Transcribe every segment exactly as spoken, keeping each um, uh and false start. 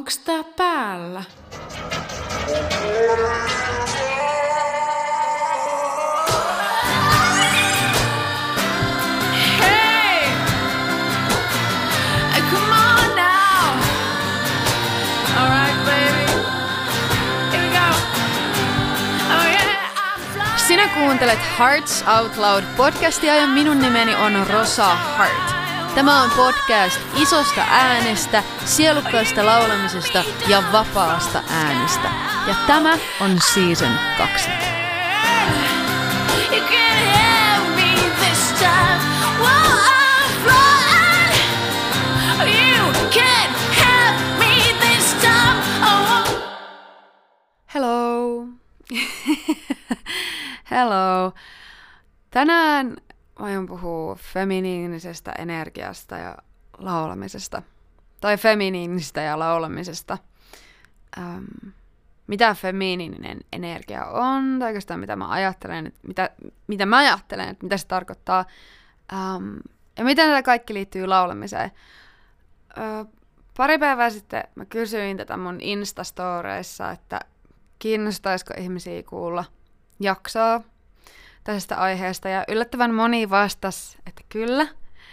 Onks tää päällä? Hei! Come on now! Alright baby. Here we go. Oh yeah, I'm flying. Sinä kuuntelet Hearts Out Loud podcastia ja minun nimeni on Rosa Hart. Tämä on podcast isosta äänestä, sielukkaasta laulamisesta ja vapaasta äänestä. Ja tämä on season kaksi. You can have me this time. While I'm flying. You can have me this time. Oh. Hello. Hello. Tänään aion puhua feminiinisestä energiasta ja laulamisesta. Tai feminiinistä ja laulamisesta. Ähm, mitä feminiininen energia on, tai oikeastaan mitä mä ajattelen, että mitä, mitä mä ajattelen, että mitä se tarkoittaa. Ähm, ja miten tämä kaikki liittyy laulamiseen. Ö, pari päivää sitten mä kysyin tätä mun Instastoreissa, että kiinnostaisiko ihmisiä kuulla jaksoa tästä aiheesta, ja yllättävän moni vastasi, että kyllä.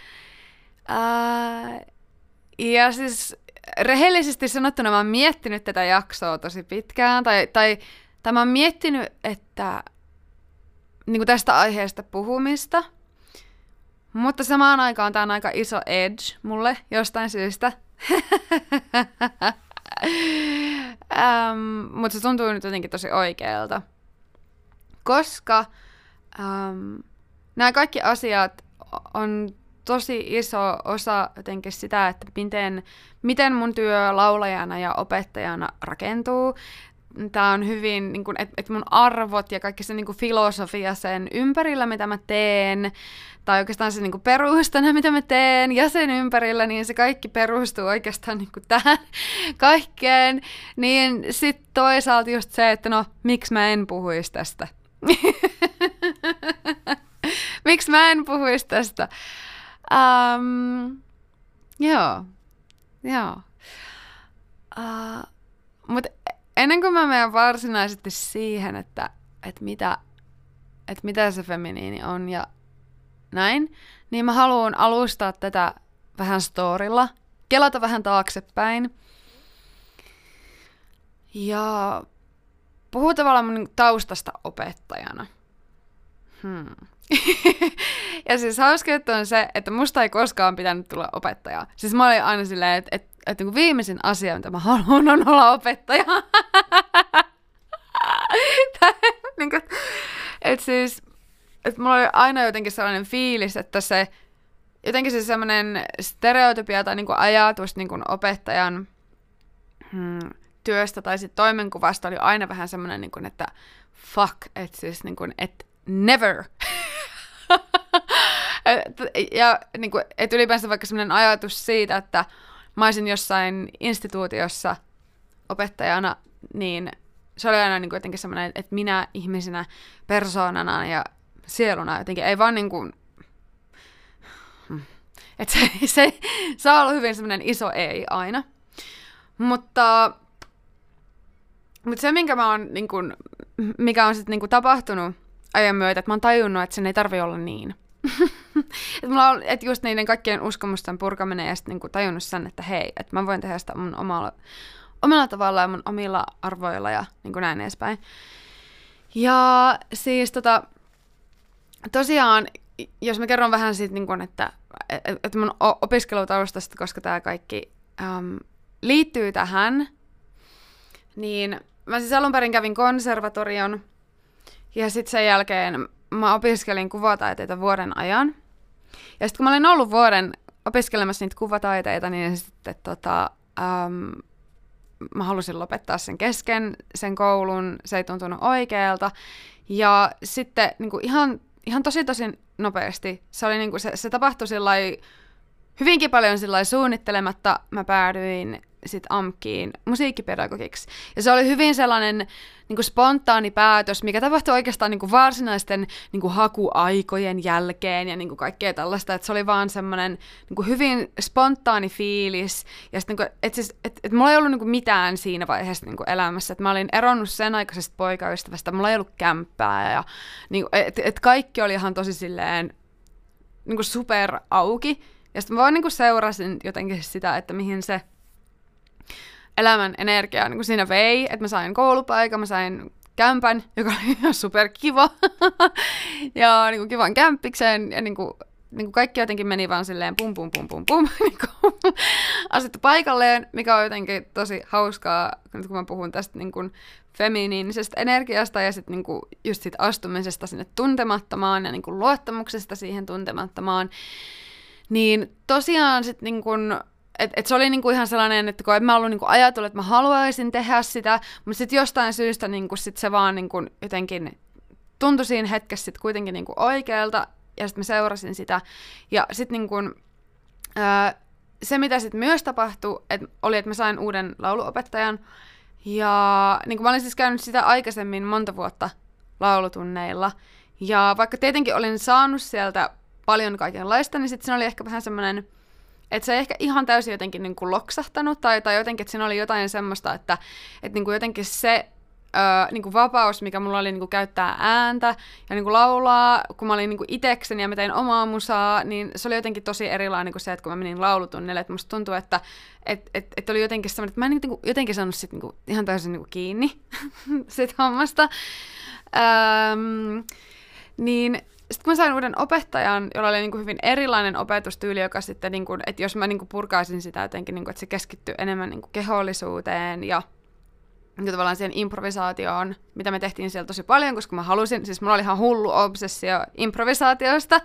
Ää, ja siis rehellisesti sanottuna mä oon miettinyt tätä jaksoa tosi pitkään, tai, tai, tai mä oon miettinyt, että niin kuin tästä aiheesta puhumista, mutta samaan aikaan tää on aika iso edge mulle jostain syystä. ähm, mutta se tuntuu nyt jotenkin tosi oikealta. Koska Um, nämä kaikki asiat on tosi iso osa jotenkin sitä, että miten, miten mun työ laulajana ja opettajana rakentuu. Tämä on hyvin, niin kuin, että et mun arvot ja kaikki se niin kuin filosofia sen ympärillä, mitä mä teen, tai oikeastaan se niin kuin perustana, mitä mä teen, ja sen ympärillä, niin se kaikki perustuu oikeastaan niin kuin tähän kaikkeen. Niin sitten toisaalta just se, että no, miksi mä en puhuisi tästä. Miksi mä en puhuisi tästä? Um, joo. Joo. Uh, Mutta ennen kuin mä menen varsinaisesti siihen, että, että, mitä, että mitä se feminiini on ja näin, niin mä haluan alustaa tätä vähän storilla, kelata vähän taaksepäin. Ja puhuu tavallaan mun taustasta opettajana. Hmm. Ja siis hauska juttu on se, että musta ei koskaan pitänyt tulla opettajaa. Siis mä olin aina silleen, että, että, että niin viimeisin asia, mitä mä haluan, on olla opettaja. niin kuin, että siis, että mulla oli aina jotenkin sellainen fiilis, että se jotenkin se semmoinen stereotypia tai niin kuin ajatus niin kuin opettajan hmm, työstä tai sit toimenkuvasta oli aina vähän semmoinen, niin kuin, että fuck, että siis niin kuin, että never. Ja niin kuin, että ylipäänsä vaikka semmoinen ajatus siitä, että mä olisin jossain instituutiossa opettajana, niin se oli aina niin kuin jotenkin semmoinen, että minä ihmisenä, persoonana ja sieluna jotenkin ei vaan niin kuin, että se, se, se on ollut hyvin semmoinen iso ei aina. Mutta Mutta se, minkä mä oon, niin kun, mikä on sitten niin kun tapahtunut ajan myötä, että mä oon tajunnut, että sen ei tarvi olla niin. että mulla on et just niiden kaikkien uskomusten purkaminen ja sitten niin tajunnut sen, että hei, että mä voin tehdä sitä mun omalla, omalla tavalla ja mun omilla arvoilla ja niin näin edespäin. Ja siis tota, tosiaan, jos mä kerron vähän siitä, niin kun, että, että mun opiskelutaustasta, koska tää kaikki um, liittyy tähän, niin mä siis alun perin kävin konservatorion ja sitten sen jälkeen mä opiskelin kuvataiteita vuoden ajan. Ja sitten kun mä olin ollut vuoden opiskelemassa niitä kuvataiteita, niin sitten tota, äm, mä halusin lopettaa sen kesken, sen koulun, se ei tuntunut oikealta. Ja sitten niin kuin ihan, ihan tosi tosi nopeasti, se, oli, niin kuin, se, se tapahtui sillai, hyvinkin paljon sillai suunnittelematta, mä päädyin sit AMKiin musiikkipedagogiksi. Ja se oli hyvin sellainen niin kuin spontaani päätös, mikä tapahtui oikeastaan niin kuin varsinaisten niin kuin hakuaikojen jälkeen ja niin kuin kaikkea tällaista, että se oli vaan semmoinen niin kuin hyvin spontaani fiilis. Ja sitten, niin että siis, et, et mulla ei ollut niin kuin mitään siinä vaiheessa niin kuin elämässä, että mä olin eronnut sen aikaisesta poikaystävästä, mulla ei ollut kämppää ja niin kuin, et, et kaikki oli ihan tosi silleen niin kuin super auki. Ja sitten mä vaan niin kuin seurasin jotenkin sitä, että mihin se elämän energia niin kuin siinä vei, että mä sain koulupaikan, mä sain kämpän, joka oli ihan superkiva, ja niin kuin kivan kämppiksen, ja niin kuin, niin kuin kaikki jotenkin meni vaan silleen pum pum pum pum pum, niin kuin asettu paikalleen, mikä on jotenkin tosi hauskaa, nyt kun mä puhun tästä niin kuin feminiinisestä energiasta, ja sitten niin kuin just sit astumisesta sinne tuntemattomaan, ja niin kuin luottamuksesta siihen tuntemattomaan, niin tosiaan sitten niin kuin Et, et se oli niinku ihan sellainen, että kun en mä ollut niinku ajatellut, että mä haluaisin tehdä sitä, mutta sitten jostain syystä niinku sit se vaan niinku jotenkin tuntui siinä hetkessä sit kuitenkin niinku oikealta, ja sitten mä seurasin sitä. Ja sitten niinku, se, mitä sitten myös tapahtui, et oli, että mä sain uuden lauluopettajan, ja niinku mä olin siis käynyt sitä aikaisemmin monta vuotta laulutunneilla, ja vaikka tietenkin olin saanut sieltä paljon kaikenlaista, niin sitten siinä oli ehkä vähän semmoinen, että se ei ehkä ihan täysin jotenkin niin kuin loksahtanut, tai, tai jotenkin, että siinä oli jotain semmoista, että, että niin kuin jotenkin se öö, niin kuin vapaus, mikä mulla oli niin kuin käyttää ääntä ja niin kuin laulaa, kun mä olin niin kuin itekseni ja mä tein omaa musaa, niin se oli jotenkin tosi erilainen kuin se, että kun mä menin laulutunnille, että musta tuntuu, että et, et, et oli jotenkin semmoinen, että mä en niin kuin, jotenkin saanut sit niin kuin ihan täysin niin kuin kiinni sit hommasta. Öö, niin Sitten kun mä sain uuden opettajan, jolla oli niin kuin hyvin erilainen opetustyyli, joka sitten, niin kuin, että jos mä niin kuin purkaisin sitä jotenkin, niin kuin, että se keskittyy enemmän niin kuin kehollisuuteen ja niin kuin tavallaan siihen improvisaatioon, mitä me tehtiin siellä tosi paljon, koska mä halusin, siis mulla oli ihan hullu obsessio improvisaatiosta.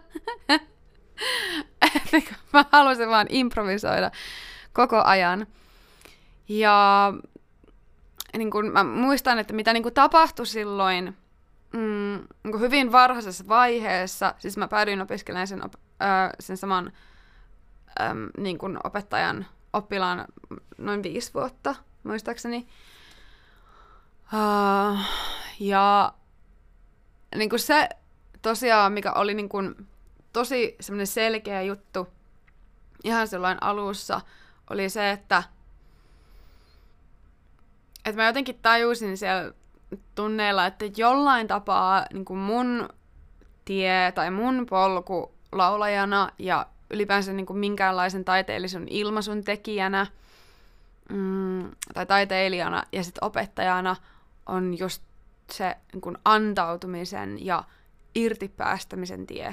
Mä halusin vaan improvisoida koko ajan. Ja niin kuin mä muistan, että mitä niin kuin tapahtui silloin, Mm, niin hyvin varhaisessa vaiheessa, siis mä päädyin opiskelemaan sen, op, äh, sen saman ähm, niin kuin opettajan oppilaan noin viisi vuotta, muistaakseni. Uh, ja niin kuin se tosiaan, mikä oli niin kuin tosi semmoinen selkeä juttu ihan silloin alussa, oli se, että, että mä jotenkin tajusin siellä tunneilla, että jollain tapaa niin kuin mun tie tai mun polku laulajana ja ylipäänsä niin kuin minkäänlaisen taiteellisen ilmaisun tekijänä mm, tai taiteilijana ja sitten opettajana on just se niin kuin antautumisen ja irtipäästämisen tie.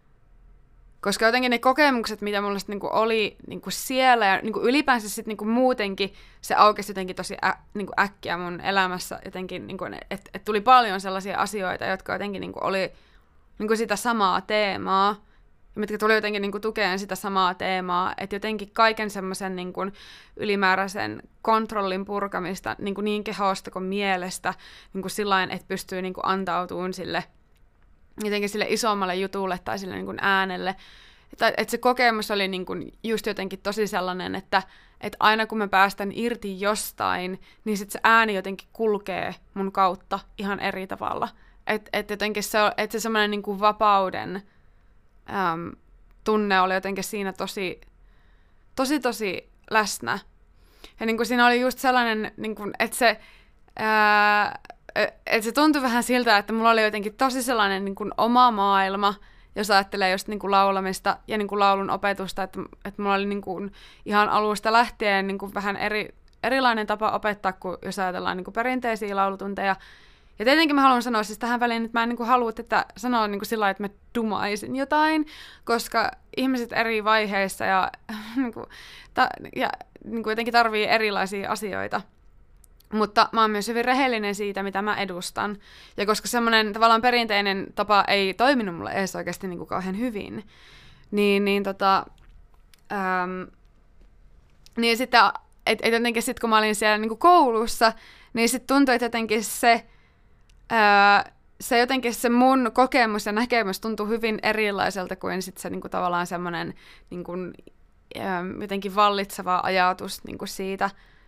Koska jotenkin ne kokemukset, mitä mulla sitten niinku oli niinku siellä ja niinku ylipäänsä sitten niinku muutenkin, se aukesi jotenkin tosi ä, niinku äkkiä mun elämässä jotenkin, niinku, että et tuli paljon sellaisia asioita, jotka jotenkin niinku oli niinku sitä samaa teemaa, ja mitkä tuli jotenkin niinku tukeen sitä samaa teemaa, että jotenkin kaiken semmoisen niinku ylimääräisen kontrollin purkamista niinku niin kehosta kuin mielestä niinku sillain, että pystyy niinku antautumaan sille jotenkin sille isommalle jutulle tai sille niin kuin äänelle. Että, että se kokemus oli niin kuin just jotenkin tosi sellainen, että, että aina kun mä päästän irti jostain, niin sit se ääni jotenkin kulkee mun kautta ihan eri tavalla. Että et jotenkin se, että se semmoinen niin kuin vapauden äm, tunne oli jotenkin siinä tosi, tosi, tosi läsnä. Ja niin kuin siinä oli just sellainen, niin kuin, että se... Ää, että se tuntui vähän siltä, että mulla oli jotenkin tosi sellainen niin kuin oma maailma, jos ajattelee just niin kuin laulamista ja niin kuin laulun opetusta, että, että mulla oli niin kuin ihan alusta lähtien niin kuin vähän eri, erilainen tapa opettaa, kuin jos ajatellaan niin kuin perinteisiä laulutunteja. Ja tietenkin mä haluan sanoa siis tähän väliin, että mä en niin kuin halua tätä sanoa niin kuin sillä lailla, että mä dumaisin jotain, koska ihmiset eri vaiheissa ja, niin kuin, ta, ja niin kuin jotenkin tarvii erilaisia asioita. Mutta mä oon myös hyvin rehellinen siitä, mitä mä edustan. Ja koska semmoinen tavallaan perinteinen tapa ei toiminut mulle edes oikeasti niin kuin kauhean hyvin, niin, niin, tota, äm, niin sitten, et, et jotenkin sit kun mä olin siellä niin kuin koulussa, niin sitten tuntui, että jotenkin se, ää, se jotenkin se mun kokemus ja näkemys tuntui hyvin erilaiselta kuin sit se niin kuin tavallaan semmoinen niin kuin, ää, jotenkin vallitseva ajatus niin kuin siitä,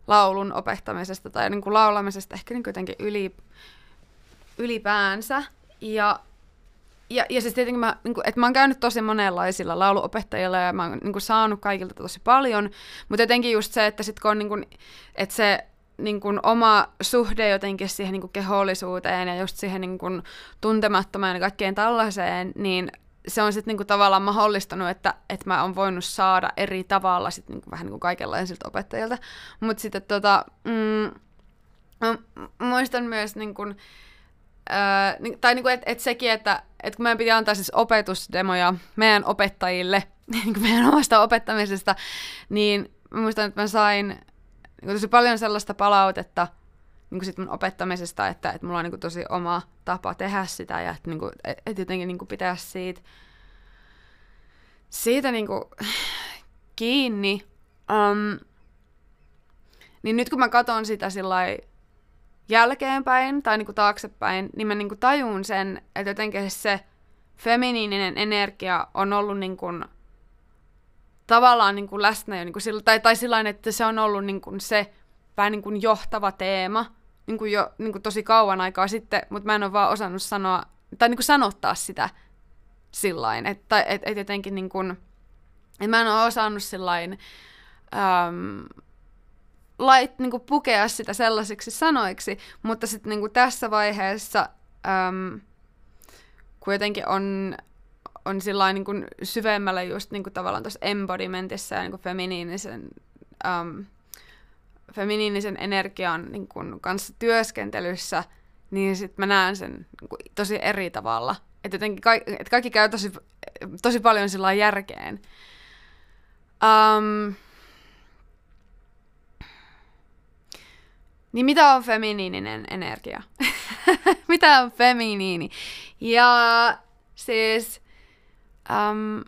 laulun opettamisesta tai niin kuin laulamisesta ehkä niin kuin jotenkin yli, ylipäänsä. Ja, ja, ja siis tietenkin mä, niin kuin, että mä oon käynyt tosi monenlaisilla lauluopettajilla ja mä oon niin kuin saanut kaikilta tosi paljon, mutta jotenkin just se, että sit kun on niin kuin, että se niin kuin oma suhde jotenkin siihen niin kuin kehollisuuteen ja just siihen niin kuin tuntemattomaan ja kaikkeen tällaiseen, niin se on sitten niinku tavallaan mahdollistanut, että, että mä oon voinut saada eri tavalla sit niinku vähän niinku kaikenlaisilta opettajilta. Mutta sitten tota, mm, muistan myös, niinku, ää, tai niinku, että et sekin, että et kun meidän piti antaa siis opetusdemoja meidän opettajille, niinku meidän omasta opettamisesta, niin mä muistan, että mä sain niinku tosi paljon sellaista palautetta niinku sit mun opettamisesta, että, että mulla on niinku tosi oma tapa tehdä sitä ja että niinku, et, et jotenkin niinku pitää siitä, siitä niinku kiinni. Um, niin nyt kun mä katson sitä sillai jälkeenpäin tai niinku taaksepäin, niin mä niinku tajun sen, että jotenkin se feminiininen energia on ollut niinku tavallaan niinku läsnä jo niinku sillä, tai, tai sillain, että se on ollut niinku se vähän niinku johtava teema niinku jo niinku tosi kauan aikaa sitten, mutta mä en ole vaan osannut sanoa, tai niinku sanottaa sitä sillain, että et, et jotenkin niinku, että mä en ole osannut sillain äm, lait, niinku pukea sitä sellaisiksi sanoiksi, mutta sitten niinku tässä vaiheessa, äm, kun jotenkin on, on sillain niinku syvemmällä just niinku tavallaan tuossa embodimentissa ja niinku feminiinisen äm, feminiinisen energian niin kun, kanssa työskentelyssä, niin sit mä näen sen niin kun, tosi eri tavalla. Että jotenkin ka- et kaikki käy tosi, tosi paljon sillä järkeen. Um, niin mitä on feminiininen energia? Mitä on feminiini? Ja siis um,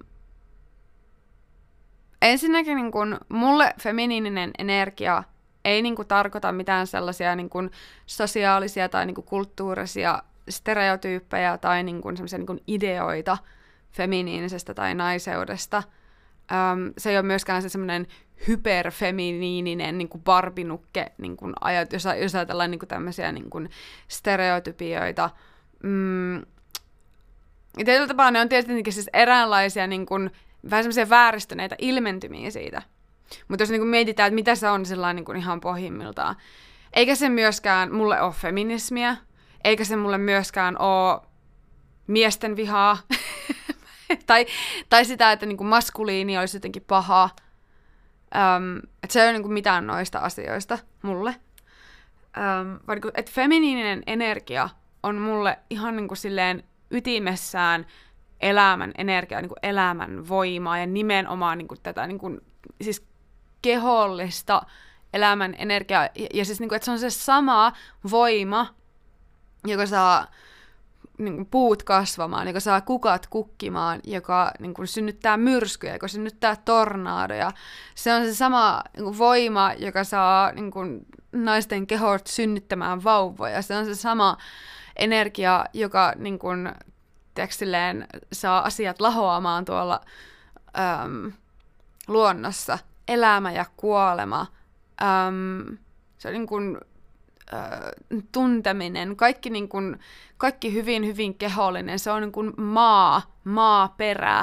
ensinnäkin niin kun, mulle feminiininen energia ei niinku tarkoita mitään sellaisia niinku sosiaalisia tai niinku kulttuurisia stereotyyppejä tai niinku semmoisia niinku ideoita feminiinisestä tai naiseudesta. Öm, se ei ole myöskään se semmoinen hyperfeminiininen niinku barbinukke niinku ajat, jos, jos ajatellaan niinku tämmöisiä niinku stereotypioita. Mm, ja tietyllä tapaa ne on tietenkin siis eräänlaisia niinku, vähän semmoisia vääristyneitä ilmentymiä siitä. Mutta jos niinku mietitään, että mitä se on sillä niinku ihan pohjimmiltaan. Eikä se myöskään mulle ole feminismiä, eikä se mulle myöskään ole miesten vihaa. tai, tai sitä, että niinku maskuliini olisi jotenkin paha. Um, että se ei ole niinku mitään noista asioista mulle. Um, vaan niinku, että feminiininen energia on mulle ihan niinku silleen ytimessään elämän energiaa, niinku elämän voimaa ja nimenomaan niinku tätä niinku, siis kehollista elämän energiaa. Ja, ja siis, niinku, että se on se sama voima, joka saa niinku, puut kasvamaan, joka saa kukat kukkimaan, joka niinku, synnyttää myrskyjä, joka synnyttää tornaadoja. Se on se sama niinku, voima, joka saa niinku, naisten kehot synnyttämään vauvoja. Se on se sama energia, joka niinku, tiedätkö, silleen, saa asiat lahoamaan tuolla äm, luonnossa. Elämä ja kuolema, äm, se on niin kuin, äh, tunteminen, kaikki, niin kuin, kaikki hyvin, hyvin kehollinen, se on niin kuin maa, maaperä.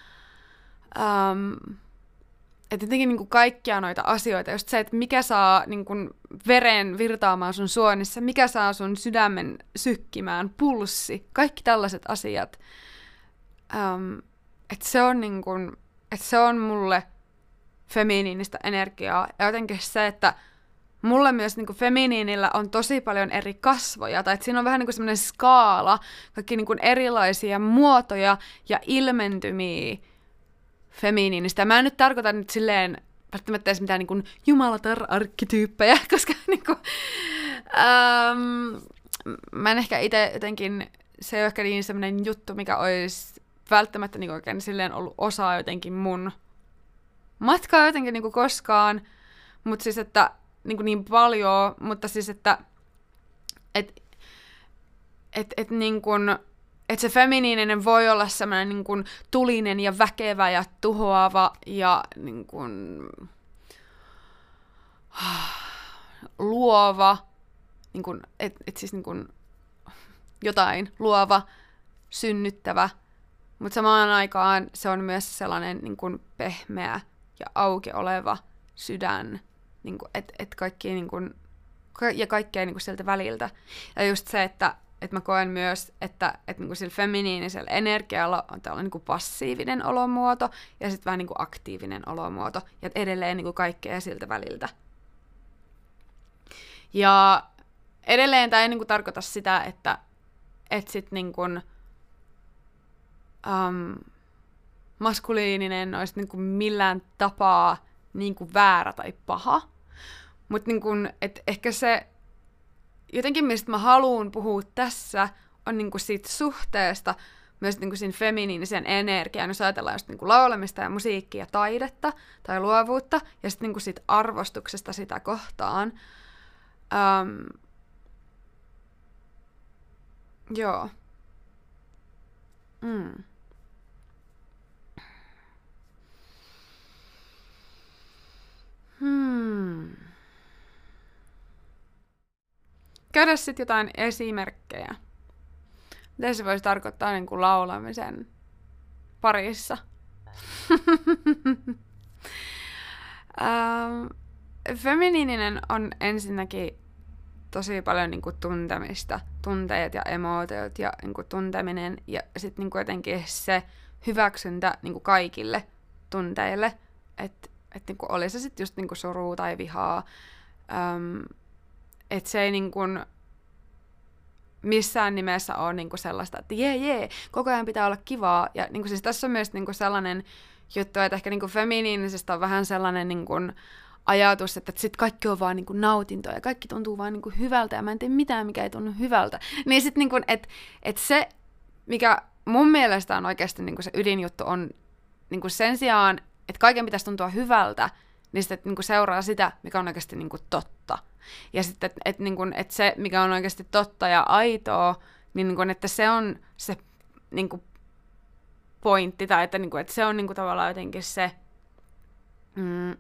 Ähm, että jotenkin niin kuin kaikkia noita asioita, just se, että mikä saa niin kuin veren virtaamaan sun suonissa, mikä saa sun sydämen sykkimään, pulssi, kaikki tällaiset asiat. Ähm, että se on niin kuin, että se on mulle feminiinistä energiaa. Ja jotenkin se, että mulle myös niin kuin feminiinillä on tosi paljon eri kasvoja, tai että siinä on vähän niin kuin semmoinen skaala, kaikki niin kuin erilaisia muotoja ja ilmentymiä feminiinistä. Mä en nyt tarkoita nyt silleen välttämättä edes mitään niin kuin jumalatar-arkkityyppejä, koska niin kuin, ähm, mä en ehkä itse jotenkin, se ei ole ehkä niin semmoinen juttu, mikä olisi välttämättä niin kuin oikein silleen ollut osa jotenkin mun matkaa jotenkin niin kuin koskaan, mutta siis, että niin, kuin niin paljon, mutta siis, että et, et, et niin kuin, että se feminiininen voi olla semmoinen niin kuin tulinen ja väkevä ja tuhoava ja niin kuin, luova, niin kuin, et, et siis niin kuin jotain luova, synnyttävä, mutta samaan aikaan se on myös sellainen niin kuin pehmeä ja auki oleva sydän, niin kuin, et, et kaikki, niin kuin, ja kaikkea niin kuin sieltä väliltä. Ja just se, että et mä koen myös, että et niin kuin sillä feminiinisellä energialla on tällainen niin kuin passiivinen olomuoto ja sitten vähän niin kuin aktiivinen olomuoto ja edelleen niin kuin kaikkea siltä väliltä. Ja edelleen tämä ei niin kuin tarkoita sitä, että et sit niin kuin, um, maskuliininen olisi niin kuin millään tapaa niin kuin väärä tai paha. Mutta niin ehkä se, jotenkin mistä mä haluan puhua tässä, on niin kuin siitä suhteesta myös niin kuin siinä feminiinisen energiaan, jos ajatellaan just niin kuin laulamista ja musiikkia ja taidetta tai luovuutta, ja sitten niin kuin siitä arvostuksesta sitä kohtaan. Um, joo. Mm. Hmm. Käydä sitten jotain esimerkkejä. Mitä se voisi tarkoittaa niin kuin laulamisen parissa? um, feminiininen on ensinnäkin tosi paljon niin kuin tuntemista, tunteet ja emootiot ja niin kuin tunteminen ja sitten niin kuin jotenkin se hyväksyntä niin kuin kaikille tunteille, että et niin oli se sitten just niin kuin surua tai vihaa, um, että se ei niin kuin missään nimessä ole niin kuin sellaista, että jee jee, koko ajan pitää olla kivaa. Ja niin kuin siis tässä on myös niin kuin sellainen juttu, että ehkä niin kuin feminiinisestä on vähän sellainen niin kuin ajatus, että sit kaikki on vaan niin kuin nautintoa ja kaikki tuntuu vaan niin kuin hyvältä ja mä en tee mitään, mikä ei tunnu hyvältä. Niin sitten niin kuin, että et se, mikä mun mielestä on oikeasti niin kuin se ydinjuttu, on niin kuin sen sijaan, että kaiken pitäisi tuntua hyvältä, niin sitten niin kuin seuraa sitä, mikä on oikeasti niin kuin totta. Ja sitten, että et, niin et se, mikä on oikeasti totta ja aitoa, niin, niin kuin, että se on se niin kuin pointti, tai että, niin kuin, että se on niin kuin tavallaan jotenkin se, mm,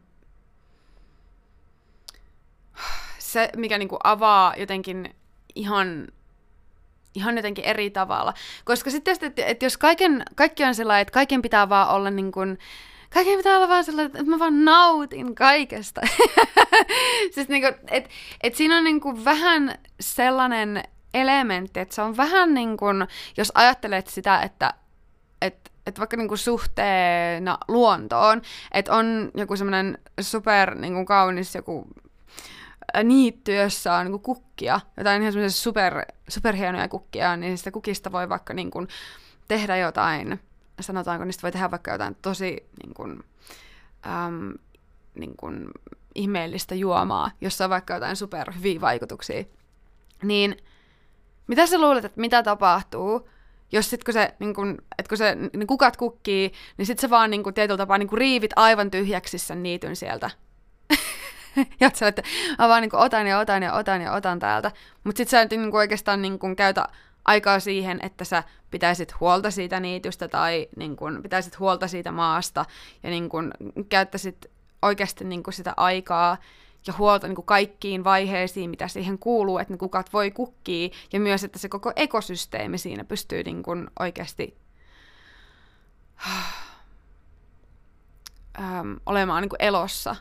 se mikä niin kuin avaa jotenkin ihan, ihan jotenkin eri tavalla. Koska sitten, että, että jos kaiken, kaikki on sellainen, että kaiken pitää vaan olla niin kuin, kaiken pitää olla vaan sellainen, että mä vaan nautin kaikesta. Siis niinku, että et siinä on niinku vähän sellainen elementti, että se on vähän niin kuin, jos ajattelet sitä, että et, et vaikka niinku suhteena luontoon, että on joku semmoinen super niinku kaunis joku niitty, jossa on niinku kukkia, jotain ihan semmoisia super, superhienoja kukkia, niin sitä kukista voi vaikka niinku tehdä jotain, sanotaanko, niistä voi tehdä vaikka jotain tosi niin kuin, äm, niin kuin ihmeellistä juomaa, jossa on vaikka jotain superhyviä vaikutuksia. Niin mitä sä luulet, että mitä tapahtuu, jos sit kun se, niin kun, et kun se niin kukat kukkii, niin sit sä vaan niin kun, tietyllä tapaa niin kun riivit aivan tyhjäksi sen niityn sieltä. Ja sä että mä vaan niin kun, otan ja otan ja otan ja otan täältä. Mutta sit sä et niin kun, oikeastaan niin kun, käytä aikaa siihen, että sä pitäisit huolta siitä niitystä tai niin kun, pitäisit huolta siitä maasta ja niin kun, käyttäisit oikeasti niin kun, sitä aikaa ja huolta niin kun, kaikkiin vaiheisiin, mitä siihen kuuluu, että ne kukat voi kukkii ja myös, että se koko ekosysteemi siinä pystyy niin kun, oikeasti ähm, olemaan niin kun, elossa.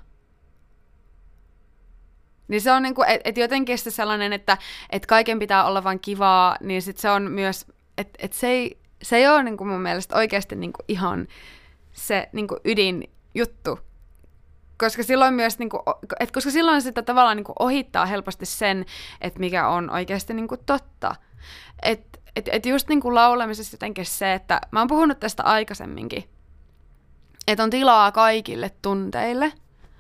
Niin se on niinku, että et jotenkin se sellainen, että et kaiken pitää olla vaan kivaa, niin sit se on myös, että et se, ei, se ei ole niinku mun mielestä oikeasti niinku ihan se niinku ydinjuttu. Koska silloin myös, niinku, et koska silloin sitä tavallaan niinku ohittaa helposti sen, että mikä on oikeasti niinku totta. Että et, et just niinku laulamisessa jotenkin se, että mä oon puhunut tästä aikaisemminkin, että on tilaa kaikille tunteille.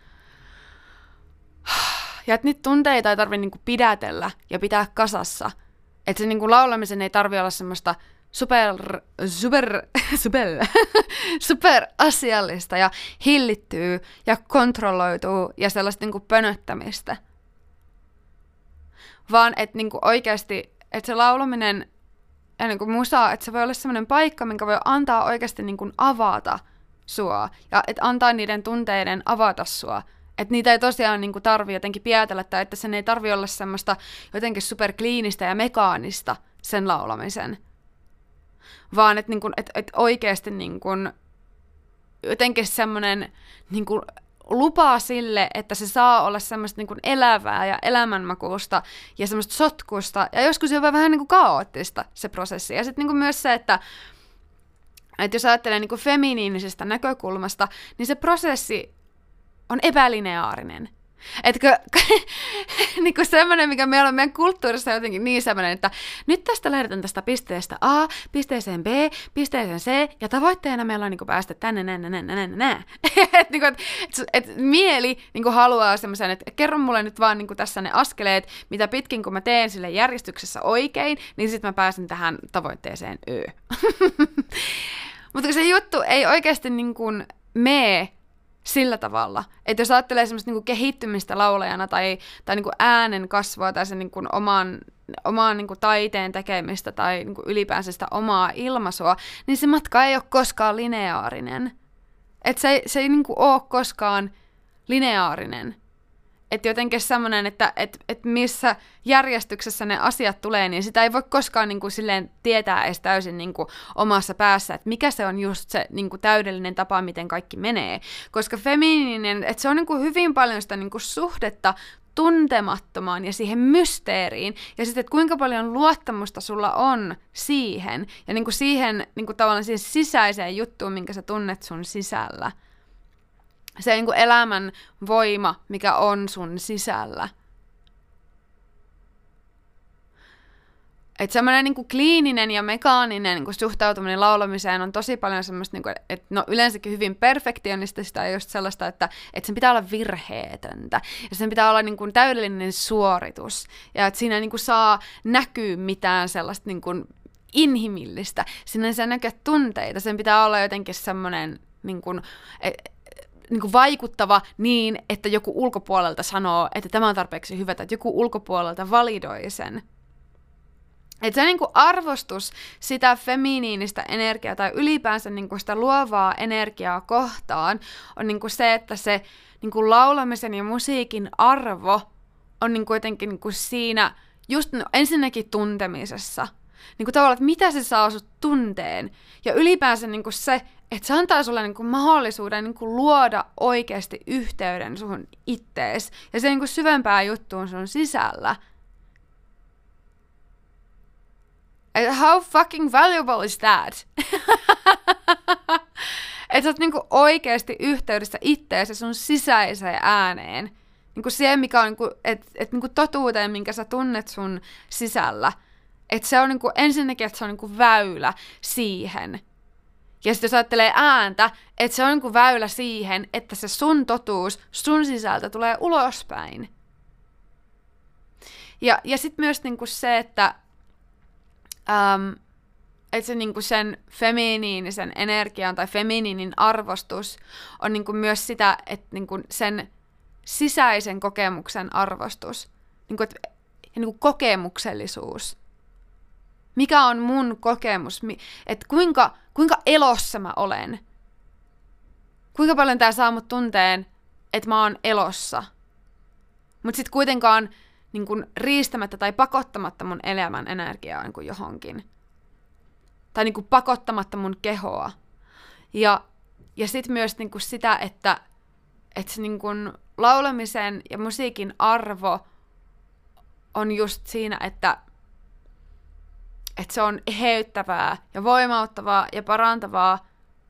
Ja että niitä tunteita ei tarvitse niinku pidätellä ja pitää kasassa. Että se niinku laulamisen ei tarvitse olla semmoista super, super, super, super asiallista ja hillittyä ja kontrolloituu ja sellaista niinku pönöttämistä. Vaan että niinku oikeasti, että se laulaminen ja niinku musa, että se voi olla semmoinen paikka, minkä voi antaa oikeasti niinku avata sua. Ja että antaa niiden tunteiden avata sua. Että niitä ei tosiaan niin kuin tarvi jotenkin pietellä, tai että sen ei tarvi olla semmoista jotenkin superkliinistä ja mekaanista sen laulamisen. Vaan että niin kuin, et, et oikeasti niin kuin, jotenkin semmoinen niin kuin lupaa sille, että se saa olla semmoista niin kuin elävää ja elämänmakuusta ja semmoista sotkusta ja joskus jopa vähän niin kuin kaoottista se prosessi. Ja sitten niin kuin myös se, että, että jos ajattelee niin kuin feminiinisestä näkökulmasta, niin se prosessi on epälineaarinen. Etkö, niin kuin semmoinen, mikä meillä on meidän kulttuurissa jotenkin niin semmoinen, että nyt tästä lähdetään tästä pisteestä A, pisteeseen B, pisteeseen C, ja tavoitteena meillä on niin kuin päästä tänne, näin, näin, näin, näin. Että niin et, et mieli niin kuin haluaa semmoisen, että kerro mulle nyt vaan niin kuin tässä ne askeleet, mitä pitkin kun mä teen sille järjestyksessä oikein, niin sitten mä pääsen tähän tavoitteeseen Ö. Mutta se juttu ei oikeasti niin kuin mene sillä tavalla, että jos ajattelee semmoista niinku kehittymistä laulajana tai, tai niinku äänen kasvua tai sen niinku oman, oman niinku taiteen tekemistä tai niinku ylipäänsä sitä omaa ilmaisua, niin se matka ei ole koskaan lineaarinen. Että se, se ei niinku ole koskaan lineaarinen. Että jotenkin semmoinen, että et, et missä järjestyksessä ne asiat tulee, niin sitä ei voi koskaan niin kuin silleen tietää edes täysin niin kuin omassa päässä, että mikä se on just se niin kuin täydellinen tapa, miten kaikki menee. Koska feminiininen, että se on niin kuin hyvin paljon sitä niin kuin suhdetta tuntemattomaan ja siihen mysteeriin, ja sitten, että kuinka paljon luottamusta sulla on siihen, ja niin kuin siihen niin kuin tavallaan siihen sisäiseen juttuun, minkä sä tunnet sun sisällä. Se niin kuin elämän voima, mikä on sun sisällä. Että semmoinen niin kuin kliininen ja mekaaninen niin kuin suhtautuminen laulamiseen on tosi paljon semmoista, niin kuin, että no yleensäkin hyvin perfektionistista ja just sellaista, että, että sen pitää olla virheetöntä. Ja sen pitää olla niin kuin täydellinen suoritus. Ja että siinä niin kuin saa näkyä mitään sellaista niin kuin inhimillistä. Siinä ei saa näkyä tunteita. Sen pitää olla jotenkin semmoinen niin kuin, niin kuin vaikuttava niin, että joku ulkopuolelta sanoo, että tämä on tarpeeksi hyvä, että joku ulkopuolelta validoi sen. Että se niin kuin arvostus sitä feminiinistä energiaa tai ylipäänsä niin kuin sitä luovaa energiaa kohtaan on niin kuin se, että se niin kuin laulamisen ja musiikin arvo on niin kuin jotenkin niin kuin siinä just no, ensinnäkin tuntemisessa. Niin kuin tavallaan, että mitä se saa sut tunteen. Ja ylipäänsä niin kuin se, että se antaa sulle niin kuin mahdollisuuden niin kuin luoda oikeasti yhteyden sun ittees ja se niin kuin syvempää juttuun sun sisällä. How fucking valuable is that? Että sä oot niinku oikeasti yhteydessä itteesi sun sisäiseen ääneen. Niinku siihen, mikä on niinku, et, et niinku totuuteen, minkä sä tunnet sun sisällä. Että se on niinku, ensinnäkin, että se on niinku väylä siihen. Ja sitten jos ajattelee ääntä, että se on niinku väylä siihen, että se sun totuus sun sisältä tulee ulospäin. Ja, ja sitten myös niinku se, että Um, että se niinku sen feminiinisen energian tai feminiinin arvostus on niinku myös sitä, että niinku sen sisäisen kokemuksen arvostus, niinku, et, niinku kokemuksellisuus. Mikä on mun kokemus? Että kuinka, kuinka elossa mä olen? Kuinka paljon tää saa mut tunteen, että mä oon elossa? Mut sit kuitenkaan niin kuin riistämättä tai pakottamatta mun elämän energiaa niin kuin johonkin. Tai niin kuin pakottamatta mun kehoa. Ja, ja sitten myös niin kuin sitä, että, että se niin kuin laulamisen ja musiikin arvo on just siinä, että, että se on eheyttävää ja voimauttavaa ja parantavaa.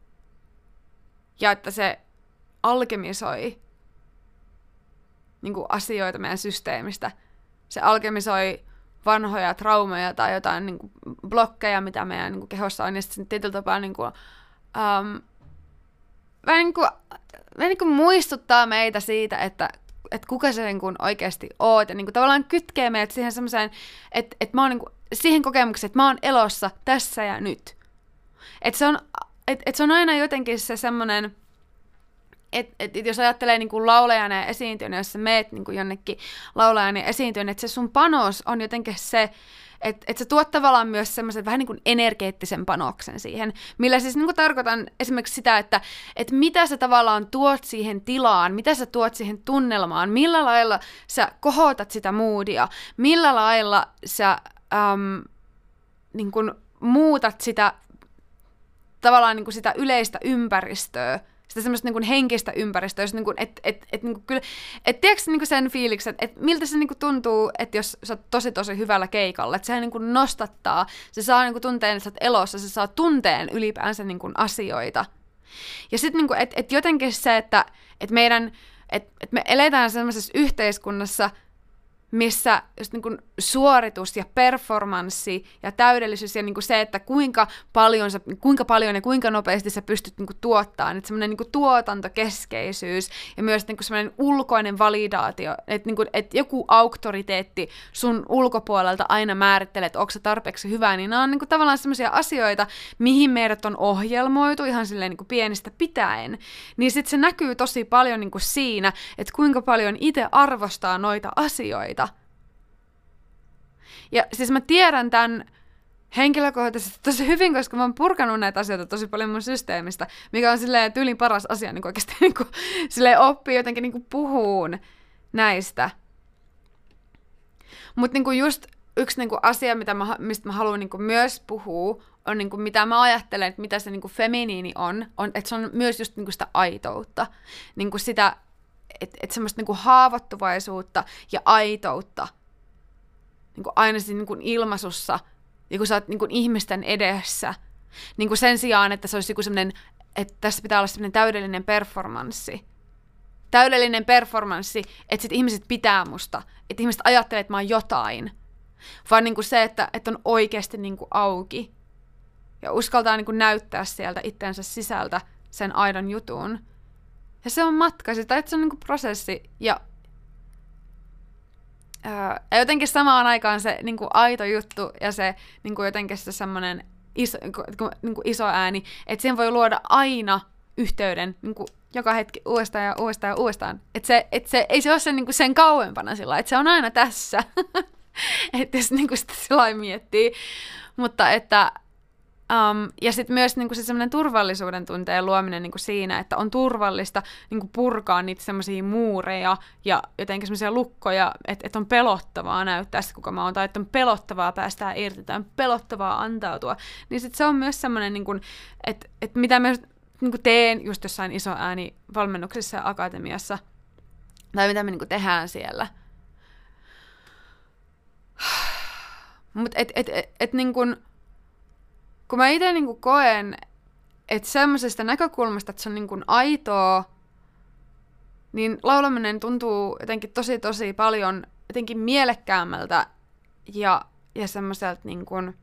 Ja että se alkemisoi niin kuin asioita meidän systeemistä. Se alkemisoi vanhoja traumeja tai jotain niin kuin blokkeja, mitä meidän niin kuin kehossa on, ja sitten tietyllä tapaa niin kuin, um, vähän niin kuin, vähän niin kuin muistuttaa meitä siitä, että, että kuka se niin kuin oikeasti oot, ja niin kuin tavallaan kytkee meidät siihen semmoiseen, että, että mä oon niin kuin, siihen kokemukseen, että mä oon elossa tässä ja nyt. Että se on, että, että se on aina jotenkin se semmoinen, et, et, et jos ajattelee niin kuin laulajana ja esiintyjänä, jos sä meet niin kuin jonnekin laulajana ja esiintyjänä, että se sun panos on jotenkin se, että et sä tuot tavallaan myös semmoisen vähän niin kuin energeettisen panoksen siihen, millä siis niin kuin tarkoitan esimerkiksi sitä, että et mitä sä tavallaan tuot siihen tilaan, mitä sä tuot siihen tunnelmaan, millä lailla sä kohotat sitä moodia, millä lailla sä äm, niin kuin muutat sitä tavallaan niin kuin sitä yleistä ympäristöä, sitä semmoista niin kuin henkistä ympäristöä, niin kuin, et, et, et, niin kuin kyllä, et tiedätkö niin kuin sen fiiliksen, että et miltä se niin kuin tuntuu, että jos sä oot tosi tosi hyvällä keikalla, että sehän niin kuin nostattaa, se saa niin kuin tunteen, että sä oot elossa, se saa tunteen ylipäänsä niin kuin asioita. Ja sitten niin kuin, että et jotenkin se, että et meidän, että et me eletään semmoisessa yhteiskunnassa, missä just niin kuin suoritus ja performanssi ja täydellisyys ja niin kuin se, että kuinka paljon, sä, kuinka paljon ja kuinka nopeasti sä pystyt niin kuin tuottamaan, että semmoinen niin kuin tuotantokeskeisyys ja myös niin kuin semmoinen ulkoinen validaatio, että, niin kuin, että joku auktoriteetti sun ulkopuolelta aina määrittelee, että onko se tarpeeksi hyvä, niin nämä on niin kuin tavallaan semmoisia asioita, mihin meidät on ohjelmoitu ihan silleen niin kuin pienistä pitäen, niin sitten se näkyy tosi paljon niin kuin siinä, että kuinka paljon itse arvostaa noita asioita. Ja siis mä tiedän tämän henkilökohtaisesti tosi hyvin, koska mä oon purkanut näitä asioita tosi paljon mun systeemistä, mikä on silleen tyylin paras asia niin oikeasti niin kuin, silleen oppii jotenkin niin kuin puhuun näistä. Mutta niin just yksi niin kuin asia, mitä mä, mistä mä haluan niin kuin myös puhua, on niin kuin, mitä mä ajattelen, että mitä se niin kuin feminiini on, on, että se on myös just niin kuin sitä aitoutta. Niin kuin sitä, että et semmoista niin kuin haavoittuvaisuutta ja aitoutta. Niin kuin aina siinä niin kuin ilmaisussa, ja kun sä oot niin kuin ihmisten edessä, niin kuin sen sijaan, että se olisi joku semmoinen, että tässä pitää olla semmoinen täydellinen performanssi. Täydellinen performanssi, että sit ihmiset pitää musta, että ihmiset ajattelee, että mä oon jotain. Vaan niin kuin se, että, että on oikeasti niin kuin auki. Ja uskaltaa niin kuin näyttää sieltä itsensä sisältä sen aidon jutun. Ja se on matka, sitä, että se on niin kuin prosessi, ja ja jotenkin samaan aikaan se niin kuin aito juttu ja se niin kuin jotenkin se semmoinen iso, niin kuin iso ääni, että siihen voi luoda aina yhteyden niin kuin joka hetki uudestaan ja uudestaan ja uudestaan. Että se, et se, ei se ole sen, niin kuin sen kauempana sillä, että se on aina tässä. Että jos niin kuin sitä sillä miettii. Mutta että Um, ja sitten myös niinku se semmoinen turvallisuuden tunteen luominen niinku siinä, että on turvallista niinku purkaa niitä semmoisia muureja ja jotenkin semmoisia lukkoja, että et on pelottavaa näyttää sitä, kuka mä oon, tai että on pelottavaa päästää irti, tai on pelottavaa antautua. Niin sitten se on myös semmoinen, niinku, että et mitä mä niinku teen just jossain iso ääni valmennuksissa ja akatemiassa, tai mitä me niinku tehdään siellä. Mutta et, et, et, et niinku kun mä itse niinku koen, että semmoisesta näkökulmasta, että se on niinku aitoa, niin laulaminen tuntuu jotenkin tosi tosi paljon jotenkin mielekkäämmältä ja, ja semmoiselta niinku, um,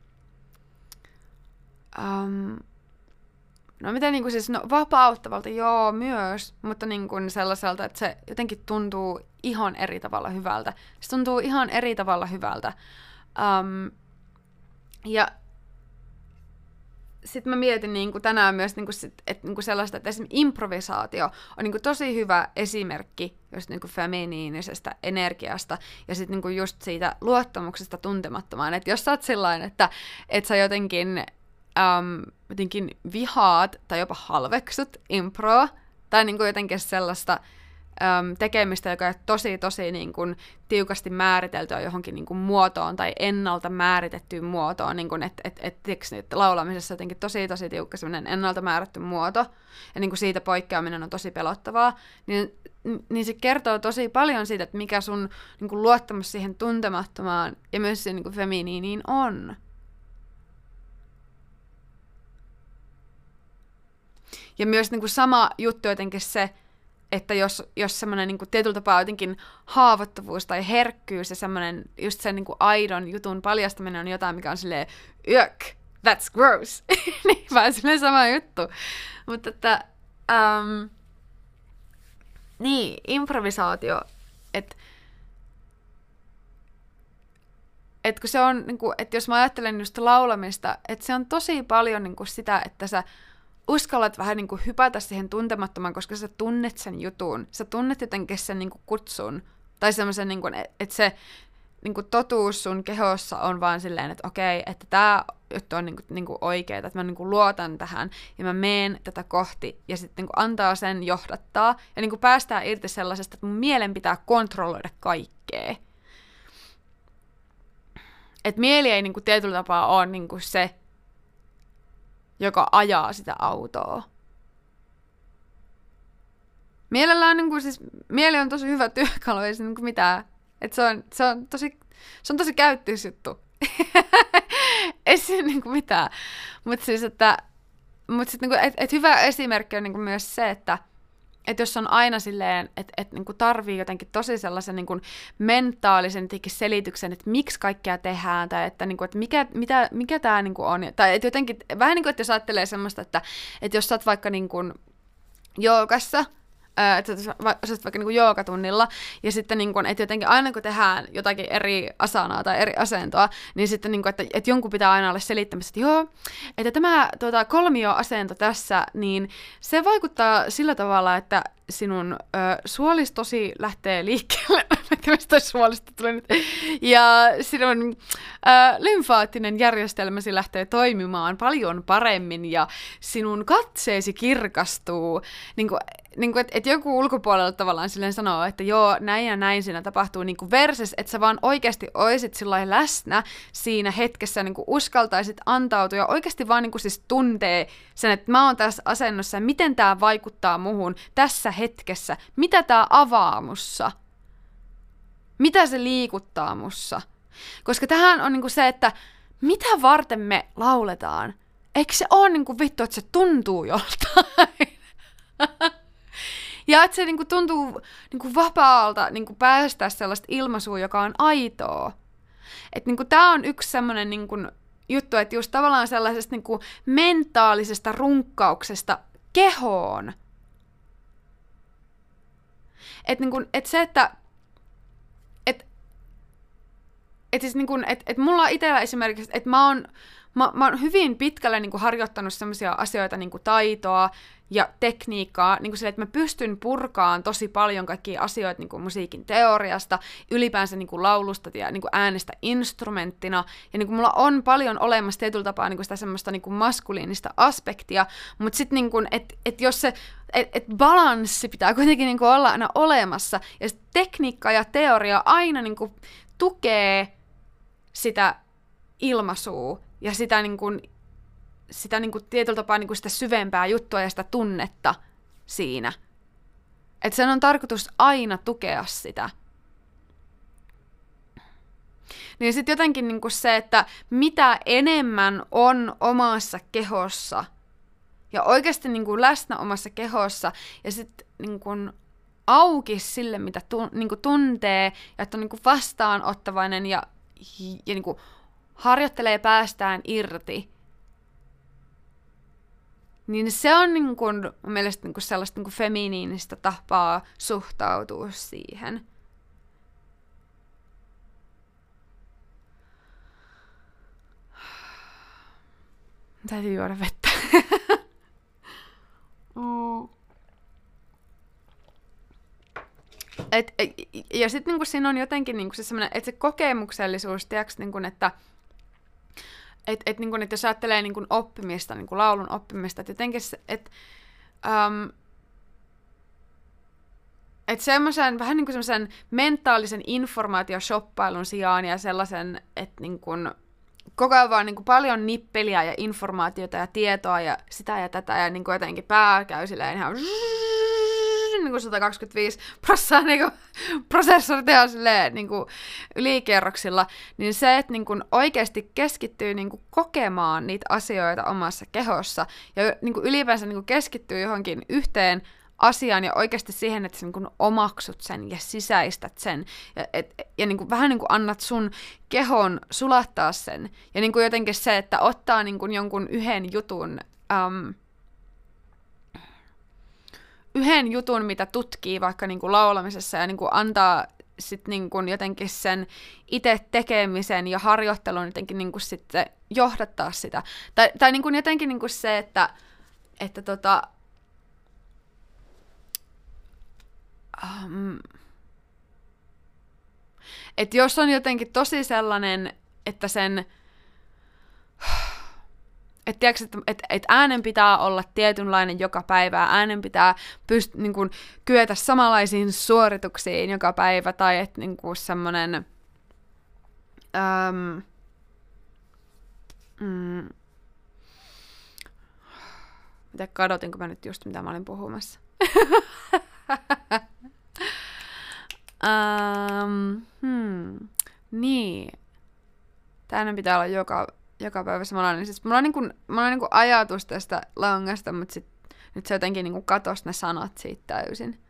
no miten niinku siis, no vapauttavalta, joo myös, mutta niinku sellaiselta, että se jotenkin tuntuu ihan eri tavalla hyvältä. Se tuntuu ihan eri tavalla hyvältä. Um, ja sitten mä mietin niin kuin tänään myös niin kuin sit, että niin kuin sellaista, että esimerkiksi improvisaatio on niin kuin tosi hyvä esimerkki just niin kuin feminiinisestä energiasta ja sitten niin kuin just siitä luottamuksesta tuntemattomaan. Että jos sä oot sillain, että, että sä jotenkin, äm, jotenkin vihaat tai jopa halveksut improa tai niin kuin jotenkin sellaista äm, tekemistä, joka on tosi tosi niin kuin tiukasti määriteltyä johonkin niin kuin muotoon tai ennalta määritettyyn muotoon, niin kuin, että et, et, et, et laulamisessa jotenkin tosi tosi tiukka sellainen ennalta määrätty muoto, ja niin kuin siitä poikkeaminen on tosi pelottavaa, niin, niin se kertoo tosi paljon siitä, että mikä sun niin kuin luottamus siihen tuntemattomaan ja myös siihen niin kuin feminiiniin on. Ja myös niin kuin sama juttu jotenkin se, että jos, jos semmoinen niin kuin tietyllä tapaa jotenkin haavoittuvuus tai herkkyys ja semmoinen just sen niin kuin aidon jutun paljastaminen on jotain, mikä on silleen, yök, that's gross. Niin vaan silleen sama juttu. Mutta että, um, niin, improvisaatio, että et kun se on, niin kuin, että jos mä ajattelen just laulamista, että se on tosi paljon niin kuin sitä, että sä uskallat vähän niin kuin hypätä siihen tuntemattomaan, koska sä tunnet sen jutun. Sä tunnet jotenkin sen niin kuin kutsun. Tai semmoisen, niin kuin, että se niin kuin totuus sun kehossa on vaan silleen, että okei, että tää juttu on niin kuin, niin kuin oikeeta, että mä niin kuin luotan tähän ja mä meen tätä kohti ja sitten niin kuin antaa sen johdattaa ja niin kuin päästään irti sellaisesta, että mun mielen pitää kontrolloida kaikkea. Että mieli ei niin kuin tietyllä tapaa ole niin kuin se, joka ajaa sitä autoa. Mielellä on niin kuin, siis, mieli on tosi hyvä työkalu, ei se niin kuin mitään. Et se, on, se, on tosi, se on tosi käyttöisjuttu. Ei se niin kuin mitään. Mutta siis, että mut sit, niin kuin, et, et hyvä esimerkki on niin kuin myös se, että et jos on aina silleen, että et, niin kuin tarvii jotenkin tosi sellaisen niin kuin mentaalisen selityksen, että miksi kaikkea tehdään, tai että, niin kuin, että mikä, mitä, mikä tämä niin kuin on. Tai että jotenkin, vähän niin kuin, että jos ajattelee semmoista, että, että jos sä oot vaikka niin kuin joogassa, että sä oot vaikka niinku joogatunnilla, ja sitten niinku, että jotenkin aina kun tehdään jotakin eri asanaa tai eri asentoa, niin sitten niinku, että, että jonkun pitää aina olla selittämässä, että joo, että tämä tuota, kolmio-asento tässä, niin se vaikuttaa sillä tavalla, että sinun ö, suolistosi lähtee liikkeelle, mistä suolisto tuli nyt, ja sinun ö, lymfaattinen järjestelmäsi lähtee toimimaan paljon paremmin, ja sinun katseesi kirkastuu, niin kuin, niin kuin, että et joku ulkopuolella tavallaan silleen sanoo, että joo, näin ja näin siinä tapahtuu, niin kuin versus, että sä vaan oikeasti oisit sillai läsnä siinä hetkessä, niin kuin uskaltaisit antautua, ja oikeasti vaan niin kuin siis tuntee sen, että mä oon tässä asennossa, ja miten tää vaikuttaa muhun tässä hetkessä, mitä tää avaa mussa, mitä se liikuttaa mussa. Koska tähän on niinku se, että mitä varten me lauletaan. Eikö se ole niinku vittu, että se tuntuu joltain? Ja että se niinku tuntuu niinku vapaalta niinku päästää sellaista ilmaisua, joka on aitoa. Että niinku tää on yksi semmoinen niinku juttu, että just tavallaan sellaisesta niinku mentaalisesta runkkauksesta kehoon. Että niinku, et se, että et, et siis niinku, et, et mulla itsellä esimerkiksi, että mä oon, mä, mä oon hyvin pitkälle niinku harjoittanut semmoisia asioita, niinku taitoa ja tekniikkaa, niinku sille, että mä pystyn purkaan tosi paljon kaikkia asioita niinku musiikin teoriasta, ylipäänsä niinku laulusta ja niinku äänestä instrumenttina, ja niinku mulla on paljon olemassa tietyllä tapaa niinku sitä semmoista niinku maskuliinista aspektia, mutta sitten niinku, että et jos se et, et balanssi pitää kuitenkin niinku olla aina olemassa, ja tekniikka ja teoria aina niinku tukee sitä ilmaisua ja sitä niinku sitä niinku tietyllä tapaa niinku sitä syvempää juttua ja sitä tunnetta siinä. Että sen on tarkoitus aina tukea sitä. Niin sitten jotenkin niinku se, että mitä enemmän on omassa kehossa ja oikeasti niinku läsnä omassa kehossa ja sitten niinku auki sille, mitä tu, niinku tuntee ja että on niinku vastaanottavainen ja, ja niinku harjoittelee päästään irti, niin se on niin kuin, mun mielestä niin kuin sellaista niin kuin feminiinistä tapaa suhtautua siihen. Täytyy juoda vettä. mm. et, et, ja sitten niin siinä on jotenkin niin se semmoinen, että se kokemuksellisuus, tiiäks, niin kuin, että Että et, niin et jos ajattelee niin kun oppimista, niin kun laulun oppimista, että jotenkin se, että um, et semmoisen, vähän niin kuin semmoisen mentaalisen informaatioshoppailun sijaan ja sellaisen, että niin kun koko ajan vaan niin kun paljon nippeliä ja informaatiota ja tietoa ja sitä ja tätä ja niin kun jotenkin pää käy silleen ihan niin kuin sata kaksikymmentäviisi prosenttia niin prosessorit ihan silleen niin kuin ylikierroksilla, niin se, että niin kuin oikeasti keskittyy niin kuin kokemaan niitä asioita omassa kehossa ja niin kuin ylipäänsä niin kuin keskittyy johonkin yhteen asiaan ja oikeasti siihen, että sä niin kuin omaksut sen ja sisäistät sen ja, et, ja niin kuin, vähän niin kuin annat sun kehon sulattaa sen ja niin kuin jotenkin se, että ottaa niin kuin jonkun yhden jutun um, yhden jutun, mitä tutkii vaikka niinku laulamisessa ja niinku antaa sit niinku jotenkin sen itse tekemisen ja harjoittelun jotenkin niinku sitten johdattaa sitä. Tai, tai niinku jotenkin niinku se, että että tota, um, että jos on jotenkin tosi sellainen, että sen, että tiedätkö, että, että, että äänen pitää olla tietynlainen joka päivä, äänen pitää pyst, niin kuin, kyetä samanlaisiin suorituksiin joka päivä, tai että niin kuin semmoinen, um, mm, mitä kadotinko mä nyt just, mitä mä olin puhumassa? um, hmm, niin. Tänne pitää olla joka, joka päivä samanlainen. Siis mulla on, niinku, mulla on niinku ajatus tästä langasta, mutta sit, nyt se jotenkin niinku katosi ne sanat siitä täysin.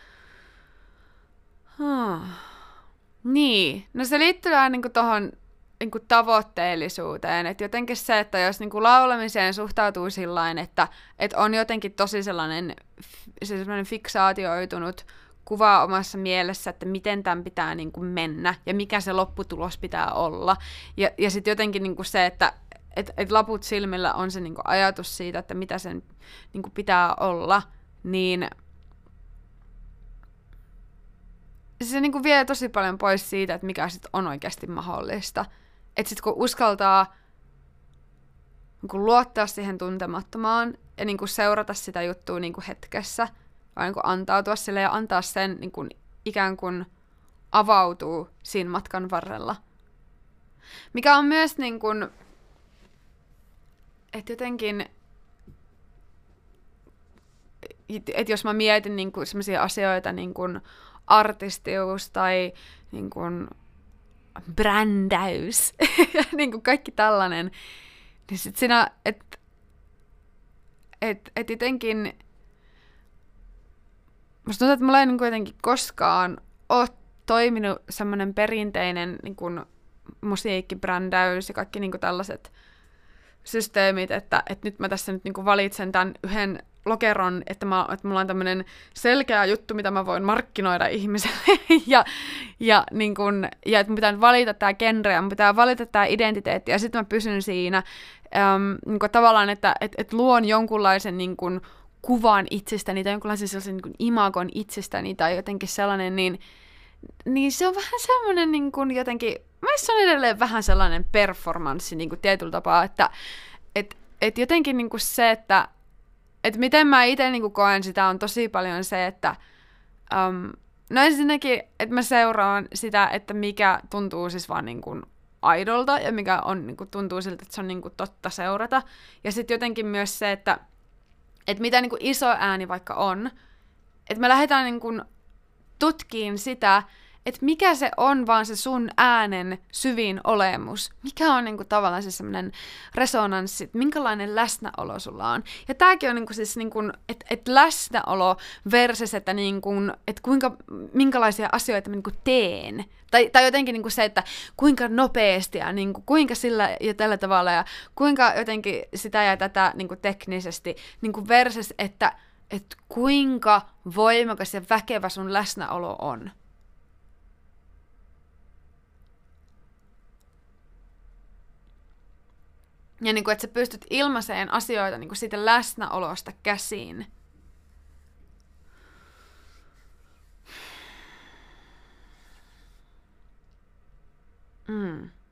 Huh. Niin. No se liittyy vähän niinku tohon niinku tavoitteellisuuteen. Että jotenkin se, että jos niinku laulamiseen suhtautuu sillain, että et on jotenkin tosi sellainen, sellainen fiksaatioitunut kuva omassa mielessä, että miten tämän pitää niinku mennä ja mikä se lopputulos pitää olla. Ja, ja sitten jotenkin niinku se, että et, et laput silmillä on se niinku ajatus siitä, että mitä sen niinku pitää olla, niin se niinku vie tosi paljon pois siitä, että mikä sit on oikeasti mahdollista. Että sitten kun uskaltaa niinku luottaa siihen tuntemattomaan ja niinku seurata sitä juttua niinku hetkessä, vai niinku antautua sille ja antaa sen niinku ikään kuin avautuu siinä matkan varrella. Mikä on myös niinku, että jotenkin, että jos mä mietin niinku sellaisia asioita niinku artistius tai niinku brändäys ja niinku kaikki tällainen, niin sit siinä, että et, et jotenkin musta tuntuu, että mulla ei niinku jotenkin koskaan ole toiminut semmoinen perinteinen niinku musiikkibrändäys ja kaikki niinku tällaiset systeemit, että, että nyt mä tässä nyt niinku valitsen tämän yhden lokeron, että, mä, että mulla on tämmöinen selkeä juttu, mitä mä voin markkinoida ihmiselle, ja, ja, niin kun, ja että mun pitää valita tää genre, ja mun pitää valita tää identiteetti, ja sitten mä pysyn siinä äm, niin kun tavallaan, että et, et luon jonkunlaisen niin kun, kuvan itsestäni, tai jonkunlaisen sellaisen niin kun, imagon itsestäni, tai jotenkin sellainen, niin, niin se on vähän semmoinen niin kun, jotenkin, mielestäni se on edelleen vähän sellainen performanssi niin kun, tietyllä tapaa, että et, et jotenkin niin kun se, että et miten mä itse niinku koen sitä on tosi paljon se, että um, no ensinnäkin, että mä seuraan sitä, että mikä tuntuu siis vaan niinku aidolta ja mikä on, niinku, tuntuu siltä, että se on niinku totta seurata. Ja sitten jotenkin myös se, että et mitä niinku iso ääni vaikka on, että me lähdetään niinku tutkiin sitä, että mikä se on vaan se sun äänen syvin olemus. Mikä on niinku tavallaan se semmoinen resonanssi, että minkälainen läsnäolo sulla on. Ja tääkin on niinku siis, niinku, että et läsnäolo versus, että niinku, et kuinka, minkälaisia asioita mä niinku teen. Tai, tai jotenkin niinku se, että kuinka nopeasti ja niinku, kuinka sillä ja tällä tavalla ja kuinka jotenkin sitä ja tätä niinku teknisesti. Niinku versus, että et kuinka voimakas ja väkevä sun läsnäolo on. Ja niin kuin, että sä pystyt ilmaiseen asioita niin kuin siitä läsnäolosta käsiin. Mm.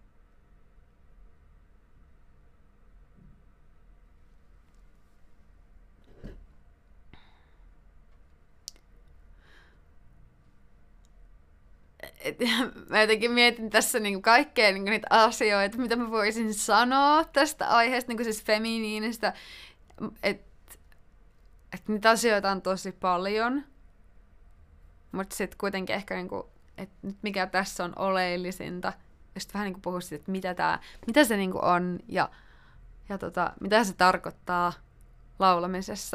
Et, mä jotenkin mietin tässä niinku kaikkea niinku niitä asioita, mitä mä voisin sanoa tästä aiheesta, niinku siis feminiinistä. Että et niitä asioita on tosi paljon. Mutta sitten kuitenkin ehkä, niinku, että nyt mikä tässä on oleellisinta. Ja sitten vähän niinku puhua siitä, että mitä, tää, mitä se niinku on ja, ja tota, mitä se tarkoittaa laulamisessa.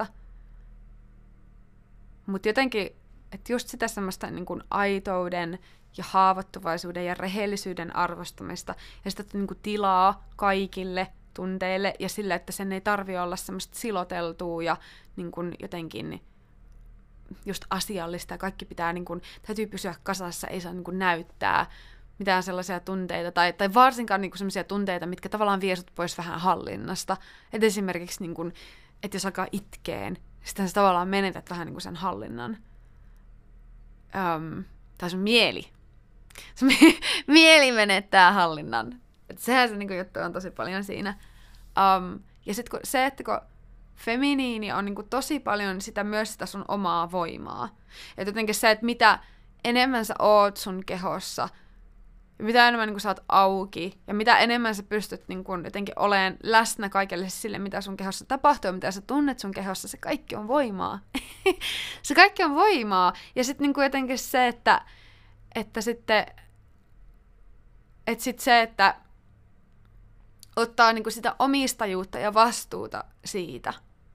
Mutta jotenkin, että just sitä semmoista niinku aitouden ja haavoittuvaisuuden ja rehellisyyden arvostamista ja sitä niin kuin tilaa kaikille tunteille ja sille, että sen ei tarvitse olla semmoista siloteltua ja niin kuin jotenkin just asiallista ja kaikki pitää, niin kuin, täytyy pysyä kasassa, ei saa niin kuin näyttää mitään sellaisia tunteita tai, tai varsinkaan niin kuin sellaisia tunteita, mitkä tavallaan vie sut pois vähän hallinnasta. Et esimerkiksi niin kuin, että jos alkaa itkeen, sitten sä tavallaan menetät vähän niin kuin sen hallinnan. Öm, tai sun mieli. Sun mieli menettää hallinnan. Et sehän se niin kuin juttu on tosi paljon siinä. Um, ja sitten se, että kun feminiini on niin kuin tosi paljon sitä myös sitä sun omaa voimaa. Että jotenkin se, että mitä enemmän sä oot sun kehossa, mitä enemmän niin kuin sä oot auki, ja mitä enemmän sä pystyt niin kuin jotenkin olemaan läsnä kaikelle sille, mitä sun kehossa tapahtuu, mitä sä tunnet sun kehossa, se kaikki on voimaa. Se kaikki on voimaa. Ja sitten niin kuin jotenkin se, että, että sitten, että sit se, että ottaa niin kuin sitä omistajuutta ja vastuuta siitä.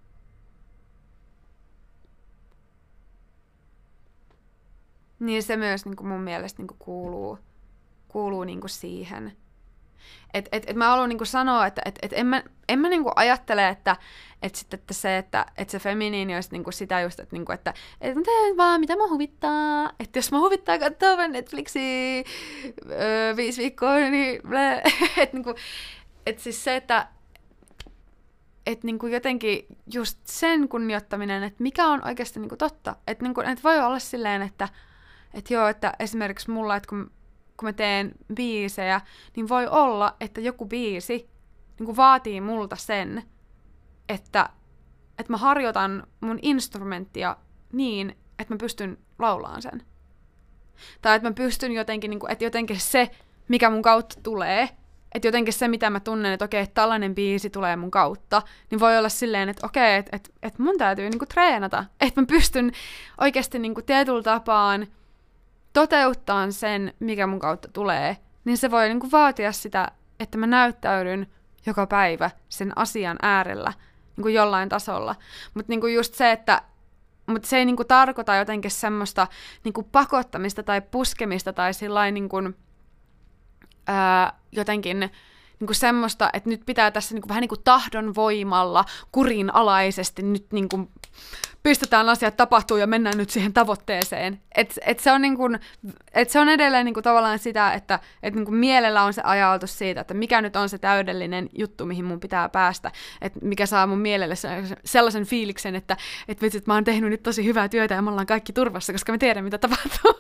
Niin se myös niin kuin mun mielestä niin kuin kuuluu, kuuluu niin kuin siihen. Et, et, et mä haluan niin kuin sanoa, että et, et en mä, en mä niin kuin ajattele, että, et sit, että se, että et se feminiini olisi niin kuin sitä just, että, niin kuin, että et mä teen vaan mitä mä huvittaa. Että jos mä huvittaa katsoa Netflixiä öö, viisi viikkoa, niin että niin kuin, et siis se, että et niin kuin jotenkin just sen kunnioittaminen, että mikä on oikeasti niin kuin totta. Että niin kuin, et voi olla silleen, että että joo, että esimerkiksi mulla, että kun, kun mä teen biisejä, niin voi olla, että joku biisi niin kuin vaatii multa sen, että, että mä harjoitan mun instrumenttia niin, että mä pystyn laulaan sen. Tai että mä pystyn jotenkin, niin kuin, että jotenkin se, mikä mun kautta tulee, että jotenkin se, mitä mä tunnen, että okei, että tällainen biisi tulee mun kautta, niin voi olla silleen, että okei, että, että, että mun täytyy niin kuin treenata. Että mä pystyn oikeasti niin kuin tietyllä tapaan toteuttaa sen, mikä mun kautta tulee, niin se voi niinku vaatia sitä, että mä näyttäydyn joka päivä sen asian äärellä niinku jollain tasolla. Mutta niinku just se, että mut se ei niinku tarkoita jotenkin semmoista niinku pakottamista tai puskemista tai sillain niinku, ää, jotenkin niinku semmoista, että nyt pitää tässä niinku vähän niinku tahdon voimalla, kurinalaisesti nyt niinku pistetään asiat tapahtuu ja mennään nyt siihen tavoitteeseen. Et, et se, on niinku, et se on edelleen niinku tavallaan sitä, että et niinku mielellä on se ajatus siitä, että mikä nyt on se täydellinen juttu, mihin mun pitää päästä. Et mikä saa mun mielelle sellaisen fiiliksen, että et vitsit, mä oon tehnyt nyt tosi hyvää työtä ja me ollaan kaikki turvassa, koska me tiedän, mitä tapahtuu.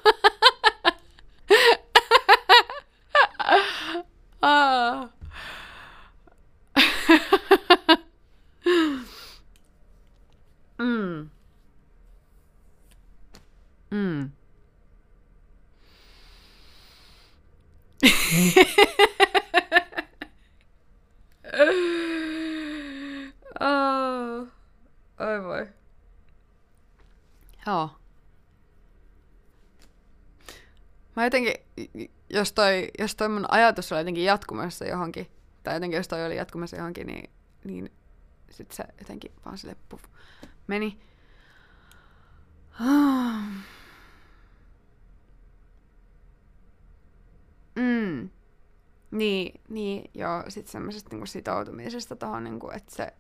ah. mm. Mm. oh. Oi voi. Joo. Mä jotenkin, jos toi, jos toi mun ajatus oli jotenkin jatkumassa johonkin, tai jotenkin jos toi oli jatkumassa johonkin, niin, niin sit se jotenkin vaan sille puff, meni. Mm. Niin, niin, joo, sit semmoisesta niinku sitoutumisesta tohon, niinku, että se...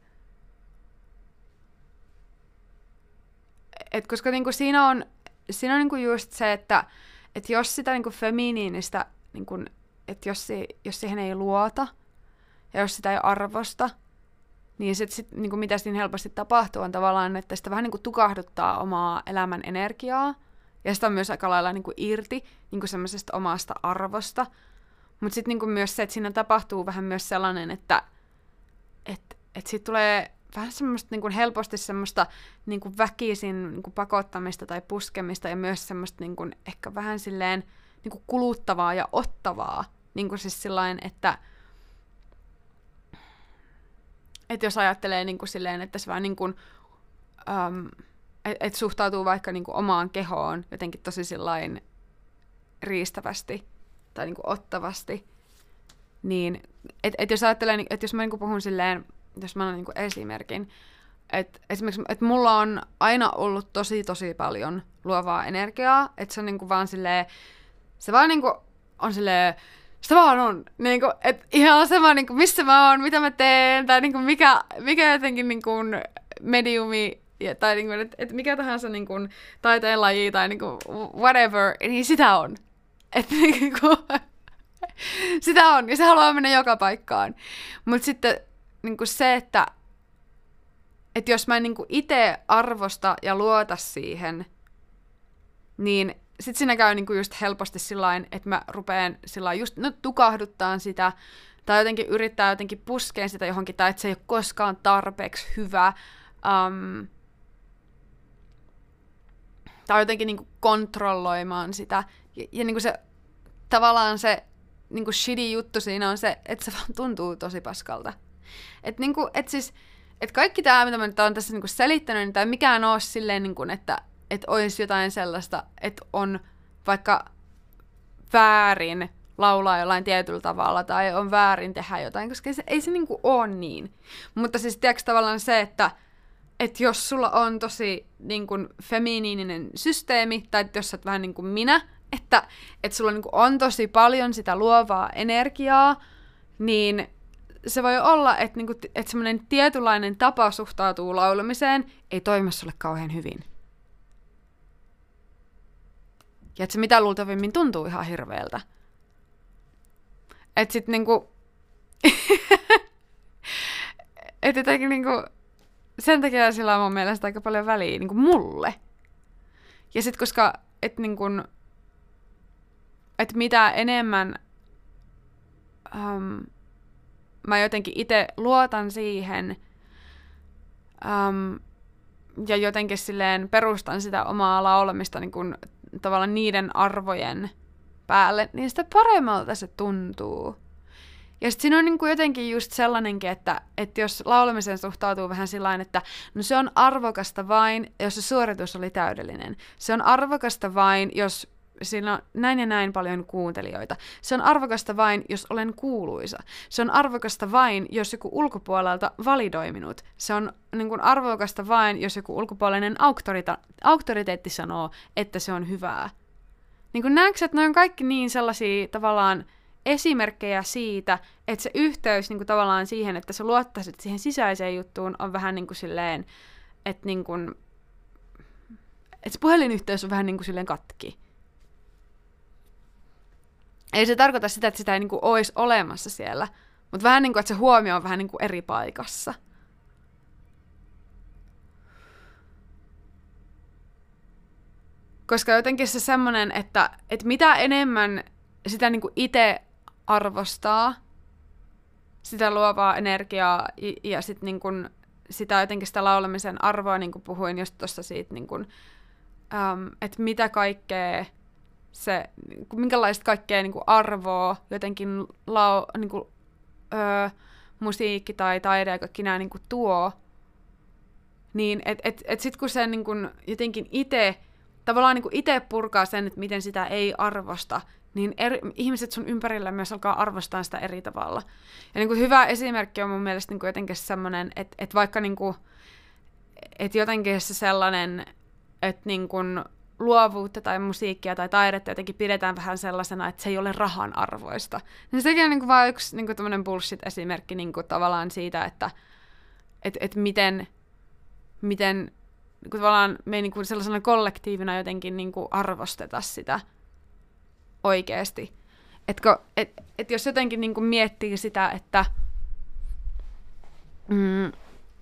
Et koska niinku siinä on, siinä on niinku just se, että et jos sitä niinku feminiinistä, niinku, että jos, si, jos siihen ei luota, ja jos sitä ei arvosta, niin sit, sit, niinku mitä siinä helposti tapahtuu on tavallaan, että sitä vähän niinku tukahduttaa omaa elämän energiaa, ja sitä on myös aika lailla niinku irti niinku semmoisesta omasta arvosta. Mutta sitten niinku myös se, että siinä tapahtuu vähän myös sellainen, että et, et siitä tulee vähän semmoista niinku helposti semmoista niinku väkisin niinku pakottamista tai puskemista, ja myös semmoista niinku ehkä vähän silleen niinku kuluttavaa ja ottavaa. Niinku siis sillain, että et jos ajattelee niinku silleen, että se vähän niinku, um, että et suhtautuu vaikka niinku omaan kehoon jotenkin tosi sillain riistävästi tai niinku ottavasti, niin et, et jos ajattelee, että jos mä niinku puhun silleen, jos mä annan niinku esimerkin, että esimerkiksi, että mulla on aina ollut tosi tosi paljon luovaa energiaa, että se on niinku vaan silleen, se vaan niinku on silleen, sitä vaan on, niinku, että ihan sama, niinku, missä mä oon, mitä mä teen, tai niinku, mikä, mikä jotenkin niinku, mediumi, tai niinku, että et mikä tahansa niinku, taiteenlaji, tai niinku, whatever, niin sitä on. Että niinku, sitä on, ja se haluaa mennä joka paikkaan. Mutta sitten niinku se, että että jos mä en niinku itse arvosta ja luota siihen, niin sit siinä käy niinku just helposti sillain, että mä rupeen sillain just no, tukahduttaan sitä, tai jotenkin yrittää jotenkin puskea sitä johonkin, tai että se ei ole koskaan tarpeeksi hyvä, um, tai jotenkin niinku kontrolloimaan sitä. Ja, ja niinku se, tavallaan se niinku shitty juttu siinä on se, että se vaan tuntuu tosi paskalta. Että niinku, et siis, et kaikki tämä, mitä mä nyt oon tässä niinku selittänyt, niin tämä ei mikään ole silleen, niinku, että et olisi jotain sellaista, että on vaikka väärin laulaa jollain tietyllä tavalla tai on väärin tehdä jotain, koska ei se, ei se niinku ole niin. Mutta siis tiedätkö tavallaan se, että et jos sulla on tosi niinku feminiininen systeemi, tai jos sä oot vähän niin kuin minä, että et sulla niinku on tosi paljon sitä luovaa energiaa, niin se voi olla, että niinku, et semmoinen tietynlainen tapa suhtautuu laulamiseen ei toimi sulle kauhean hyvin. Ja että se mitä luultavimmin tuntuu ihan hirveältä. Että sit niinku... että jotenkin niinku... Sen takia sillä on mun mielestä aika paljon väliä niinku mulle. Ja sit koska... Että niinku... Että mitä enemmän... Um, mä jotenkin itse luotan siihen... Um, ja jotenkin silleen perustan sitä omaa laulamista niin kun, tavallaan niiden arvojen päälle, niin sitä paremmalta se tuntuu. Ja sitten siinä on niin kuin jotenkin just sellainenkin, että, että jos laulamisen suhtautuu vähän sillain, että no se on arvokasta vain, jos se suoritus oli täydellinen. Se on arvokasta vain, jos siinä on näin ja näin paljon kuuntelijoita. Se on arvokasta vain, jos olen kuuluisa. Se on arvokasta vain, jos joku ulkopuolelta validoi minut. Se on niin kuin arvokasta vain, jos joku ulkopuolinen auktorita- auktoriteetti sanoo, että se on hyvää. Niin kuin näetkö, että ne on kaikki niin sellaisia tavallaan esimerkkejä siitä, että se yhteys niin kuin tavallaan siihen, että sä luottaisit siihen sisäiseen juttuun, on vähän niin kuin silleen, että, niin kuin, että se puhelinyhteys on vähän niin kuin silleen katki. Ei se tarkoita sitä, että sitä ei niinku olisi olemassa siellä, mutta vähän niin kuin, että se huomio on vähän niin kuin eri paikassa. Koska jotenkin se semmoinen, että, että mitä enemmän sitä niinku itse arvostaa, sitä luovaa energiaa ja, ja sit niinku sitä jotenkin sitä laulamisen arvoa, niin kuin puhuin just tuossa siitä, niinku, um, että mitä kaikkea se, minkälaista kaikkea niin kuin arvoa jotenkin lau, niin kuin, öö, musiikki tai taide ja kaikki nämä niin kuin tuo, niin että et, et sitten kun se niin kuin jotenkin itse, tavallaan niin kuin itse purkaa sen, että miten sitä ei arvosta, niin eri, ihmiset sun ympärillä myös alkaa arvostaa sitä eri tavalla. Ja niin kuin hyvä esimerkki on mun mielestä niin kuin jotenkin semmoinen, että, että vaikka niin kuin, että jotenkin se sellainen, että niin kuin luovuutta tai musiikkia tai taidetta jotenkin pidetään vähän sellaisena, että se ei ole rahan arvoista. Niin sekin on niin kuin vain yksi niin kuin tämmöinen bullshit-esimerkki niin kuin tavallaan siitä, että et, et miten, miten niin kuin tavallaan me ei niin kuin sellaisena kollektiivina jotenkin niin kuin arvosteta sitä oikeasti. Että et, et jos jotenkin niin kuin miettii sitä, että mm,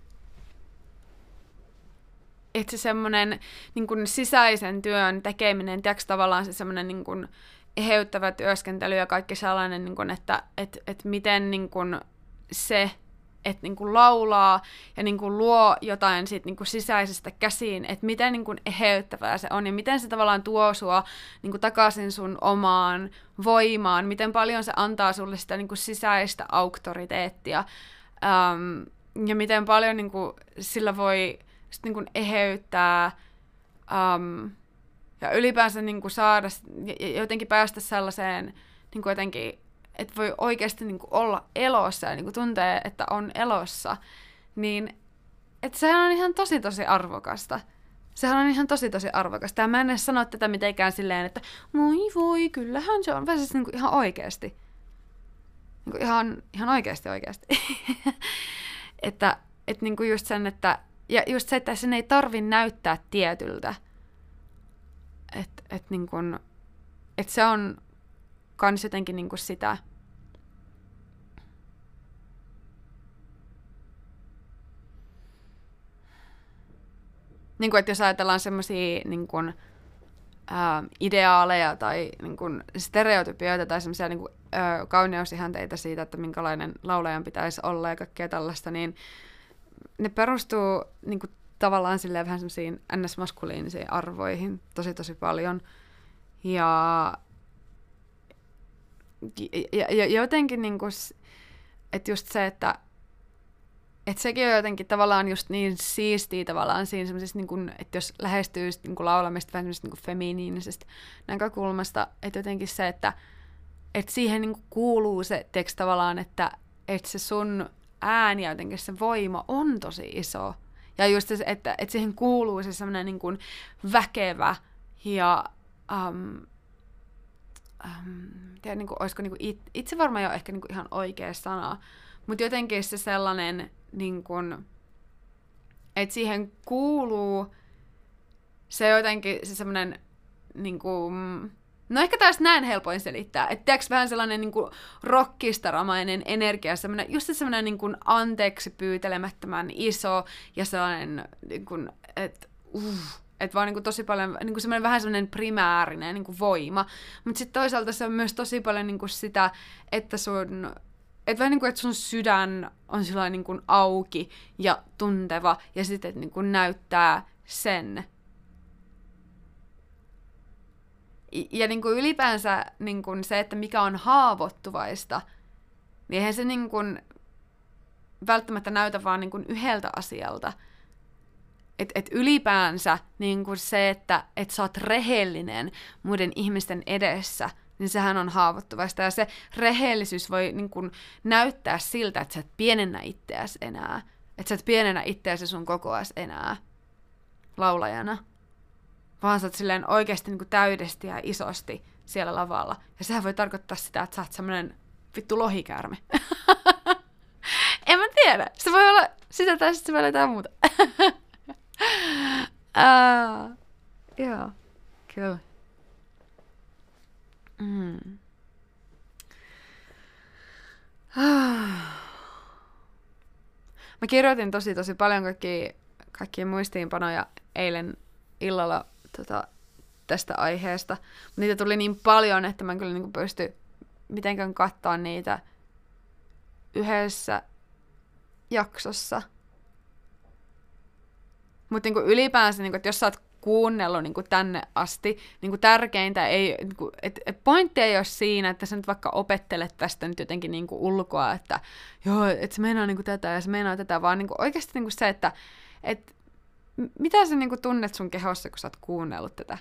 että se semmoinen niin kuin sisäisen työn tekeminen, tiedätkö tavallaan se semmoinen niin kuin eheyttävä työskentely ja kaikki sellainen, niin kuin, että et, et miten niin kuin se, että niin kuin laulaa ja niin kuin luo jotain siitä niin kuin sisäisestä käsiin, että miten niin kuin eheyttävää se on ja miten se tavallaan tuo sua niin kuin takaisin sun omaan voimaan, miten paljon se antaa sulle sitä niin kuin sisäistä auktoriteettia ähm, ja miten paljon niin kuin sillä voi sit niin kuin eheyttää um, ja ylipäänsä niin kuin saada ja jotenkin päästä sellaiseen, niin kuin jotenkin, että voi oikeasti niin kuin olla elossa ja niin kuin tuntee, että on elossa, niin että sehän on ihan tosi tosi arvokasta. Sehän on ihan tosi tosi arvokasta. Ja mä en edes sano tätä mitenkään silleen, että moi voi, kyllähän se on, vaan siis niin kuin ihan oikeasti. Niin kuin ihan, ihan oikeasti oikeasti. että että niin kuin just sen, että ja just se, että sen ei tarvi näyttää tietyltä. Että et niin kun, et se on kans jotenkin niin kun sitä. niin kuin, että jos ajatellaan semmoisia niin kuin, ää, ideaaleja tai niin kuin, stereotypioita tai semmoisia niin kuin, ää, kauneusihanteita siitä, että minkälainen laulajan pitäisi olla ja kaikkea tällaista, niin ne perustuu niin kuin, tavallaan silleen vähän semmoisiin N S-maskuliinisiin arvoihin tosi tosi paljon. Ja, ja, ja jotenkin niin kuin, että just se, että että sekin on jotenkin tavallaan just niin siistiä tavallaan siinä semmoisessa, niin kuin, että jos lähestyy niin kuin laulamista vähän semmoisesta niin kuin feminiinisestä näkökulmasta, että jotenkin se, että että siihen niin kuin kuuluu se teksti tavallaan, että että se sun ääni ja jotenkin se voima on tosi iso. Ja just se, että, että siihen kuuluu se semmoinen niin kuin väkevä ja um, um, tiedä, niin kuin, olisiko niin kuin it, itse varmaan jo ehkä niin kuin ihan oikea sana, mutta jotenkin se sellainen, niin kun, että siihen kuuluu se jotenkin se semmoinen, niin kun, no ehkä taas näin helpoin selittää, että tiedätkö vähän sellainen niin kun rockistaramainen energia, semmoinen, just se semmoinen niin kun anteeksi pyytelemättömän iso ja sellainen, niin kun, että uh, että vaan niin kun tosi paljon, niin kun semmoinen vähän semmoinen primäärinen niin kun voima, mutta sitten toisaalta se on myös tosi paljon niin kun sitä, että sun että vähän niin kuin, että sun sydän on sellainen niin kuin auki ja tunteva, ja sitten niin kuin näyttää sen. Ja niin kuin ylipäänsä niin kuin se, että mikä on haavoittuvaista, niin eihän se niin kuin välttämättä näytä vaan niin kuin yhdeltä asialta. Että et ylipäänsä niin kuin se, että et sä oot rehellinen muiden ihmisten edessä, niin sehän on haavoittuvaista. Ja se rehellisyys voi niin kun näyttää siltä, että sä et pienennä itseäsi enää. Että sä et pienennä itseäsi sun kokoas enää laulajana. Vaan sä oot silleen oikeasti niin kun täydesti ja isosti siellä lavalla. Ja sehän voi tarkoittaa sitä, että sä oot semmonen vittu lohikäärme. En mä tiedä. Se voi olla sitä tai sitten se voi olla jotain muuta. uh, joo, kyllä. Mm. Mä kirjoitin tosi tosi paljon kaikkia, kaikkia muistiinpanoja eilen illalla tota, tästä aiheesta. Niitä tuli niin paljon, että mä en kyllä niin pysty mitenkään katsoa niitä yhdessä jaksossa. Mutta niin ylipäänsä, niin kun, että jos sä oot kuunnellut niin kuin tänne asti. Niin kuin tärkeintä ei, niin kuin, et, et pointti ei ole siinä, että sä nyt vaikka opettelet tästä nyt jotenkin niin kuin ulkoa, että joo, että se meinaa niin kuin tätä ja se meinaa tätä, vaan niin kuin oikeasti niin kuin se, että et, mitä sä niin kuin tunnet sun kehossa, kun sä oot kuunnellut tätä.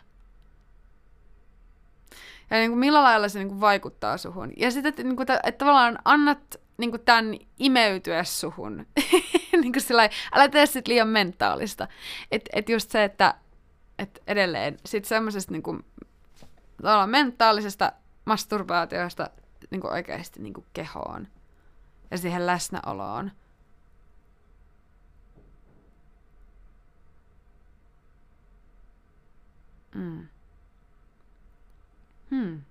Ja niin kuin millä lailla se niin kuin vaikuttaa suhun. Ja sitten, että, niin kuin, että tavallaan annat niin kuin tämän imeytyä suhun. niin kuin sillai, älä tee sit liian mentaalista. Että et just se, että et edelleen sit semmoisesta niin kuin, mentaalisesta masturbaatiosta niin kuin oikeasti niin kuin kehoon. Ja siihen läsnäoloon. Mm. Hmm.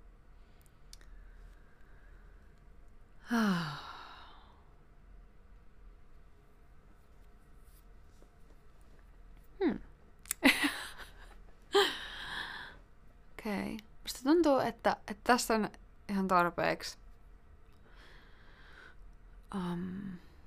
hmm. Okei. Okay. Musta tuntuu, että, että tässä on ihan tarpeeksi um,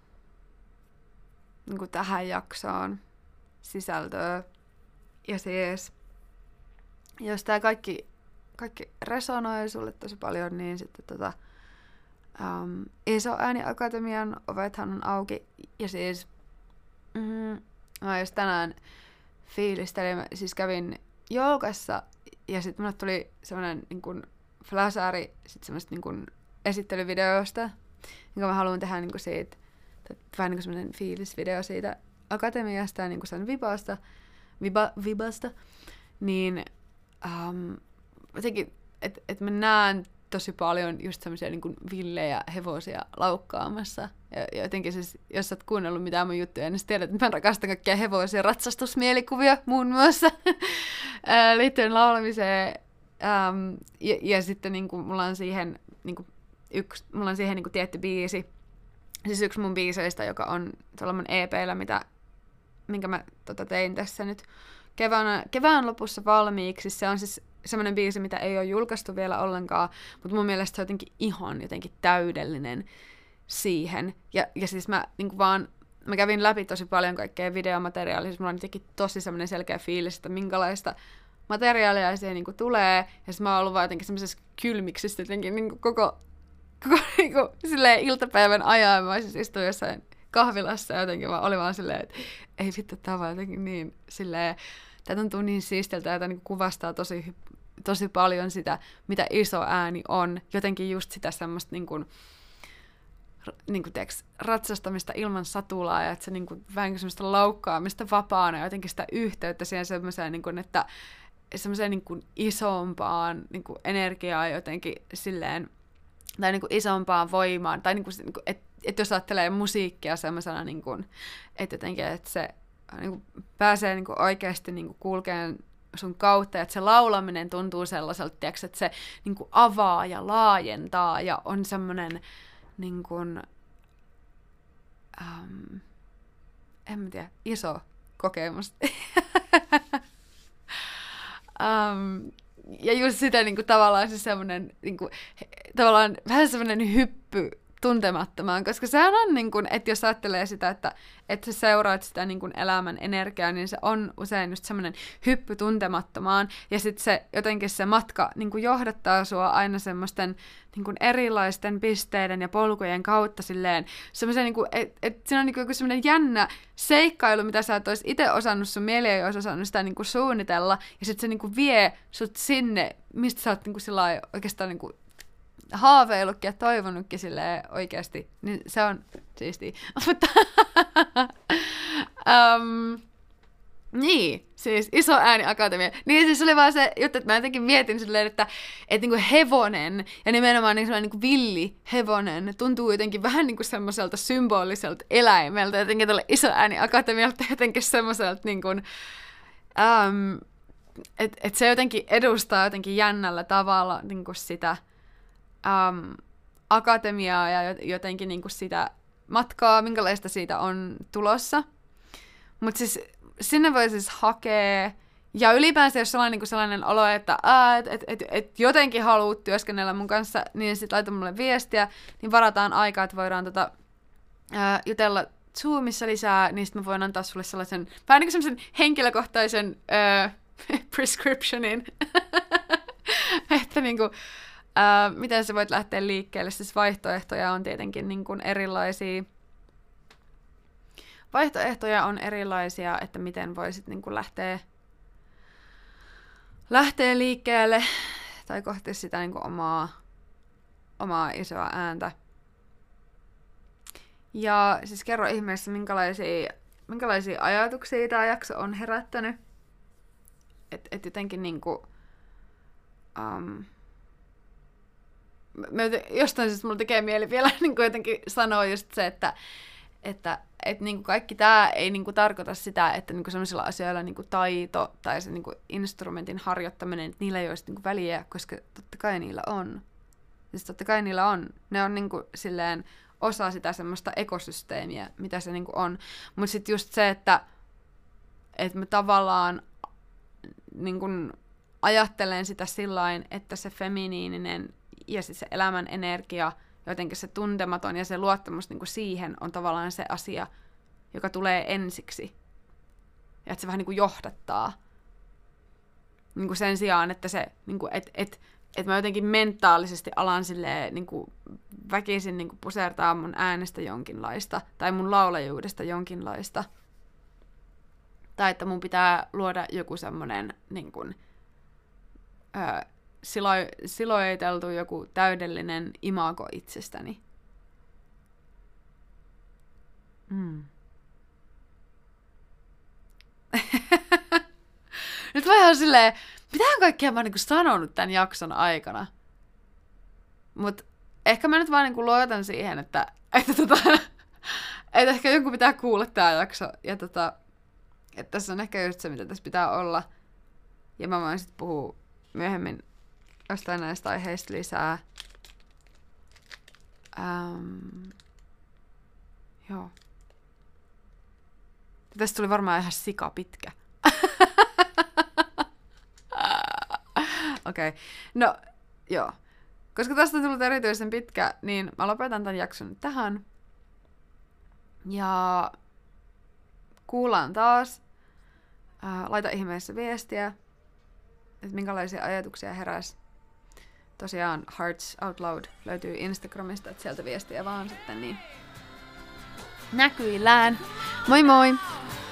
niin kuin tähän jaksoon sisältöä. Ja siis, jos tää kaikki, kaikki resonoi sulle tosi paljon, niin sitten tota, um, Isoääni-akatemian ovethan on auki. Ja siis, mm, mä just tänään fiilistelin, mä siis kävin joogassa, ja sitten mulle tuli semmonen niin kuin flasari sit semmoista niin kuin esittelyvideosta, jonka mä haluan tehdä niin kuin siitä, vähän niin kuin semmonen fiilisvideo siitä akatemiasta ja niin kuin sen vibasta. Viba, vibasta, niin um, jotenkin, että et mä näen tosi paljon just semmoisia niin kuin villejä hevosia laukkaamassa. Ja, ja jotenkin siis, jos sä oot kuunnellut mitään mun juttuja, niin sä tiedät, että mä rakastan kaikkia hevosia ratsastusmielikuvia muun muassa liittyen laulamiseen. Um, ja, ja sitten niin kuin, mulla on siihen, niin kuin, yksi, mulla on siihen niin kuin tietty biisi. Siis yksi mun biiseistä, joka on tuolla mun E P:llä, mitä minkä mä tota, tein tässä nyt kevään, kevään lopussa valmiiksi. Se on siis semmoinen biisi, mitä ei ole julkaistu vielä ollenkaan, mutta mun mielestä se on jotenkin ihan jotenkin täydellinen siihen. Ja, ja siis mä niin vaan, mä kävin läpi tosi paljon kaikkea videomateriaalia, siis mulla on jotenkin tosi semmoinen selkeä fiilis, että minkälaista materiaalia siihen niin tulee, ja siis mä oon ollut vaan jotenkin semmoisessa kylmiksessä jotenkin niin koko, koko niin kuin, silleen iltapäivän ajan, mä siis istuin jossain kahvilassa ja jotenkin vaan oli vaan silleen, että ei vittu, tää vaan jotenkin niin silleen, tää tuntuu niin siistiltä ja tää niin kuvastaa tosi, tosi paljon sitä, mitä iso ääni on, jotenkin just sitä semmoista niin kuin, niin kuin teeks, ratsastamista ilman satulaa ja että se niin kuin, vähän semmoista laukkaamista vapaana ja jotenkin sitä yhteyttä siihen semmoiseen, niin kuin, että semmoiseen niin kuin isompaan niin kuin energiaan jotenkin silleen, tai niin kuin isompaan voimaan, tai niin kuin, niin kuin, että et jos ajattelee musiikkia semmoisena, niin kuin, että jotenkin, että se niin kuin, pääsee niin kuin, oikeasti niin kuin, kulkeen sun kautta, että se laulaminen tuntuu sellaiselta, tiiäks, että se niin kuin, avaa ja laajentaa ja on semmoinen niin kuin, ähm, en mä tiedä, iso kokemus. um, ja just sitä niin kuin, tavallaan se semmoinen, niin kuin, tavallaan vähän semmoinen hyppy tuntemattomaan, koska sehän on, niin kuin, että jos ajattelee sitä, että, että sä seuraat sitä niin kuin elämän energiaa, niin se on usein just semmoinen hyppy tuntemattomaan, ja sitten se jotenkin se matka niin kuin johdattaa sua aina semmoisten niin kuin erilaisten pisteiden ja polkujen kautta silleen, semmoisen, niin kuin, että et siinä on niin kuin joku semmoinen jännä seikkailu, mitä sä et olisi itse osannut, sun mieli ei olisi osannut sitä niin kuin suunnitella, ja sitten se niin kuin vie sut sinne, mistä sä oot niin kuin sillai, oikeastaan niin kuin haaveillutkin ja toivonutkin silleen oikeasti, niin se on siistiä. Mutta um, niin, siis Iso Ääni Akatemia. Niin siis oli vaan se juttu, että mä jotenkin mietin silleen, että, että niinku hevonen, ja nimenomaan niin sellainen niinku villi hevonen, tuntuu jotenkin vähän niinku semmoiselta symboliselta eläimeltä, jotenkin tälle Iso Ääni Akatemialta jotenkin semmoiselta niinku, um, että et se jotenkin edustaa jotenkin jännällä tavalla niinku sitä Um, akatemiaa ja jotenkin niinku sitä matkaa, minkälaista siitä on tulossa. Mutta siis sinne voi siis hakea, ja ylipäänsä jos sellainen, niinku sellainen olo, että et, et, et, et jotenkin haluat työskennellä mun kanssa, niin sit laita mulle viestiä, niin varataan aikaa, että voidaan tota, ää, jutella Zoomissa lisää, niin sit mä voin antaa sulle sellaisen, vähän niin kuin sellaisen henkilökohtaisen ää, prescriptionin, että niinku Uh, miten sä voit lähteä liikkeelle? Siis vaihtoehtoja on tietenkin niin kuin erilaisia. Vaihtoehtoja on erilaisia, että miten voisit niin kuin lähteä, lähteä liikkeelle tai kohti sitä niin kuin omaa, omaa isoa ääntä. Ja siis kerro ihmeessä, minkälaisia, minkälaisia ajatuksia tämä jakso on herättänyt. Että et jotenkin niin kuin, um, Mä jostain siis mulla tekee mieli vielä niin kuin jotenkin sanoa just se, että, että et niin kuin kaikki tämä ei niin kuin tarkoita sitä, että niin kuin sellaisilla asioilla niin kuin taito tai se niin kuin instrumentin harjoittaminen, että niillä ei olisi niin kuin väliä, koska totta kai niillä on. Siis totta kai niillä on. Ne on niin kuin silleen osa sitä semmoista ekosysteemiä, mitä se niin kuin on. Mutta sitten just se, että, että mä tavallaan niin kuin ajattelen sitä sillain, että se feminiininen ja siis se elämän energia, jotenkin se tuntematon ja se luottamus niin kuin siihen on tavallaan se asia, joka tulee ensiksi. Ja että se vähän niin kuin johdattaa. Niin kuin sen sijaan, että se, niin kuin, et, et, et mä jotenkin mentaalisesti alan silleen, niin kuin väkisin niin kuin pusertaa mun äänestä jonkinlaista, tai mun laulajuudesta jonkinlaista. Tai että mun pitää luoda joku semmonen niin kuin, öö, Silo, siloiteltu joku täydellinen imago itsestäni. Mm. Nyt voi ihan silleen, mitähän kaikkea mä oon niinku sanonut tämän jakson aikana. Mut ehkä mä nyt vaan niinku luotan siihen, että, että, tota, että ehkä joku pitää kuulla tää jakso. Ja tota, että tässä on ehkä just se, mitä tässä pitää olla. Ja mä voin sit puhua myöhemmin jostain näistä aiheista lisää. Um, joo. Ja tästä tuli varmaan ihan sika pitkä. Okei. Okay. No, joo. Koska tästä on tullut erityisen pitkä, niin mä lopetan tämän jakson nyt tähän. Ja kuullaan taas. Ää, laita ihmeessä viestiä, että minkälaisia ajatuksia heräsi. Tosiaan Hearts Out Loud löytyy Instagramista, että sieltä viestiä vaan sitten niin näkyillään. Moi moi!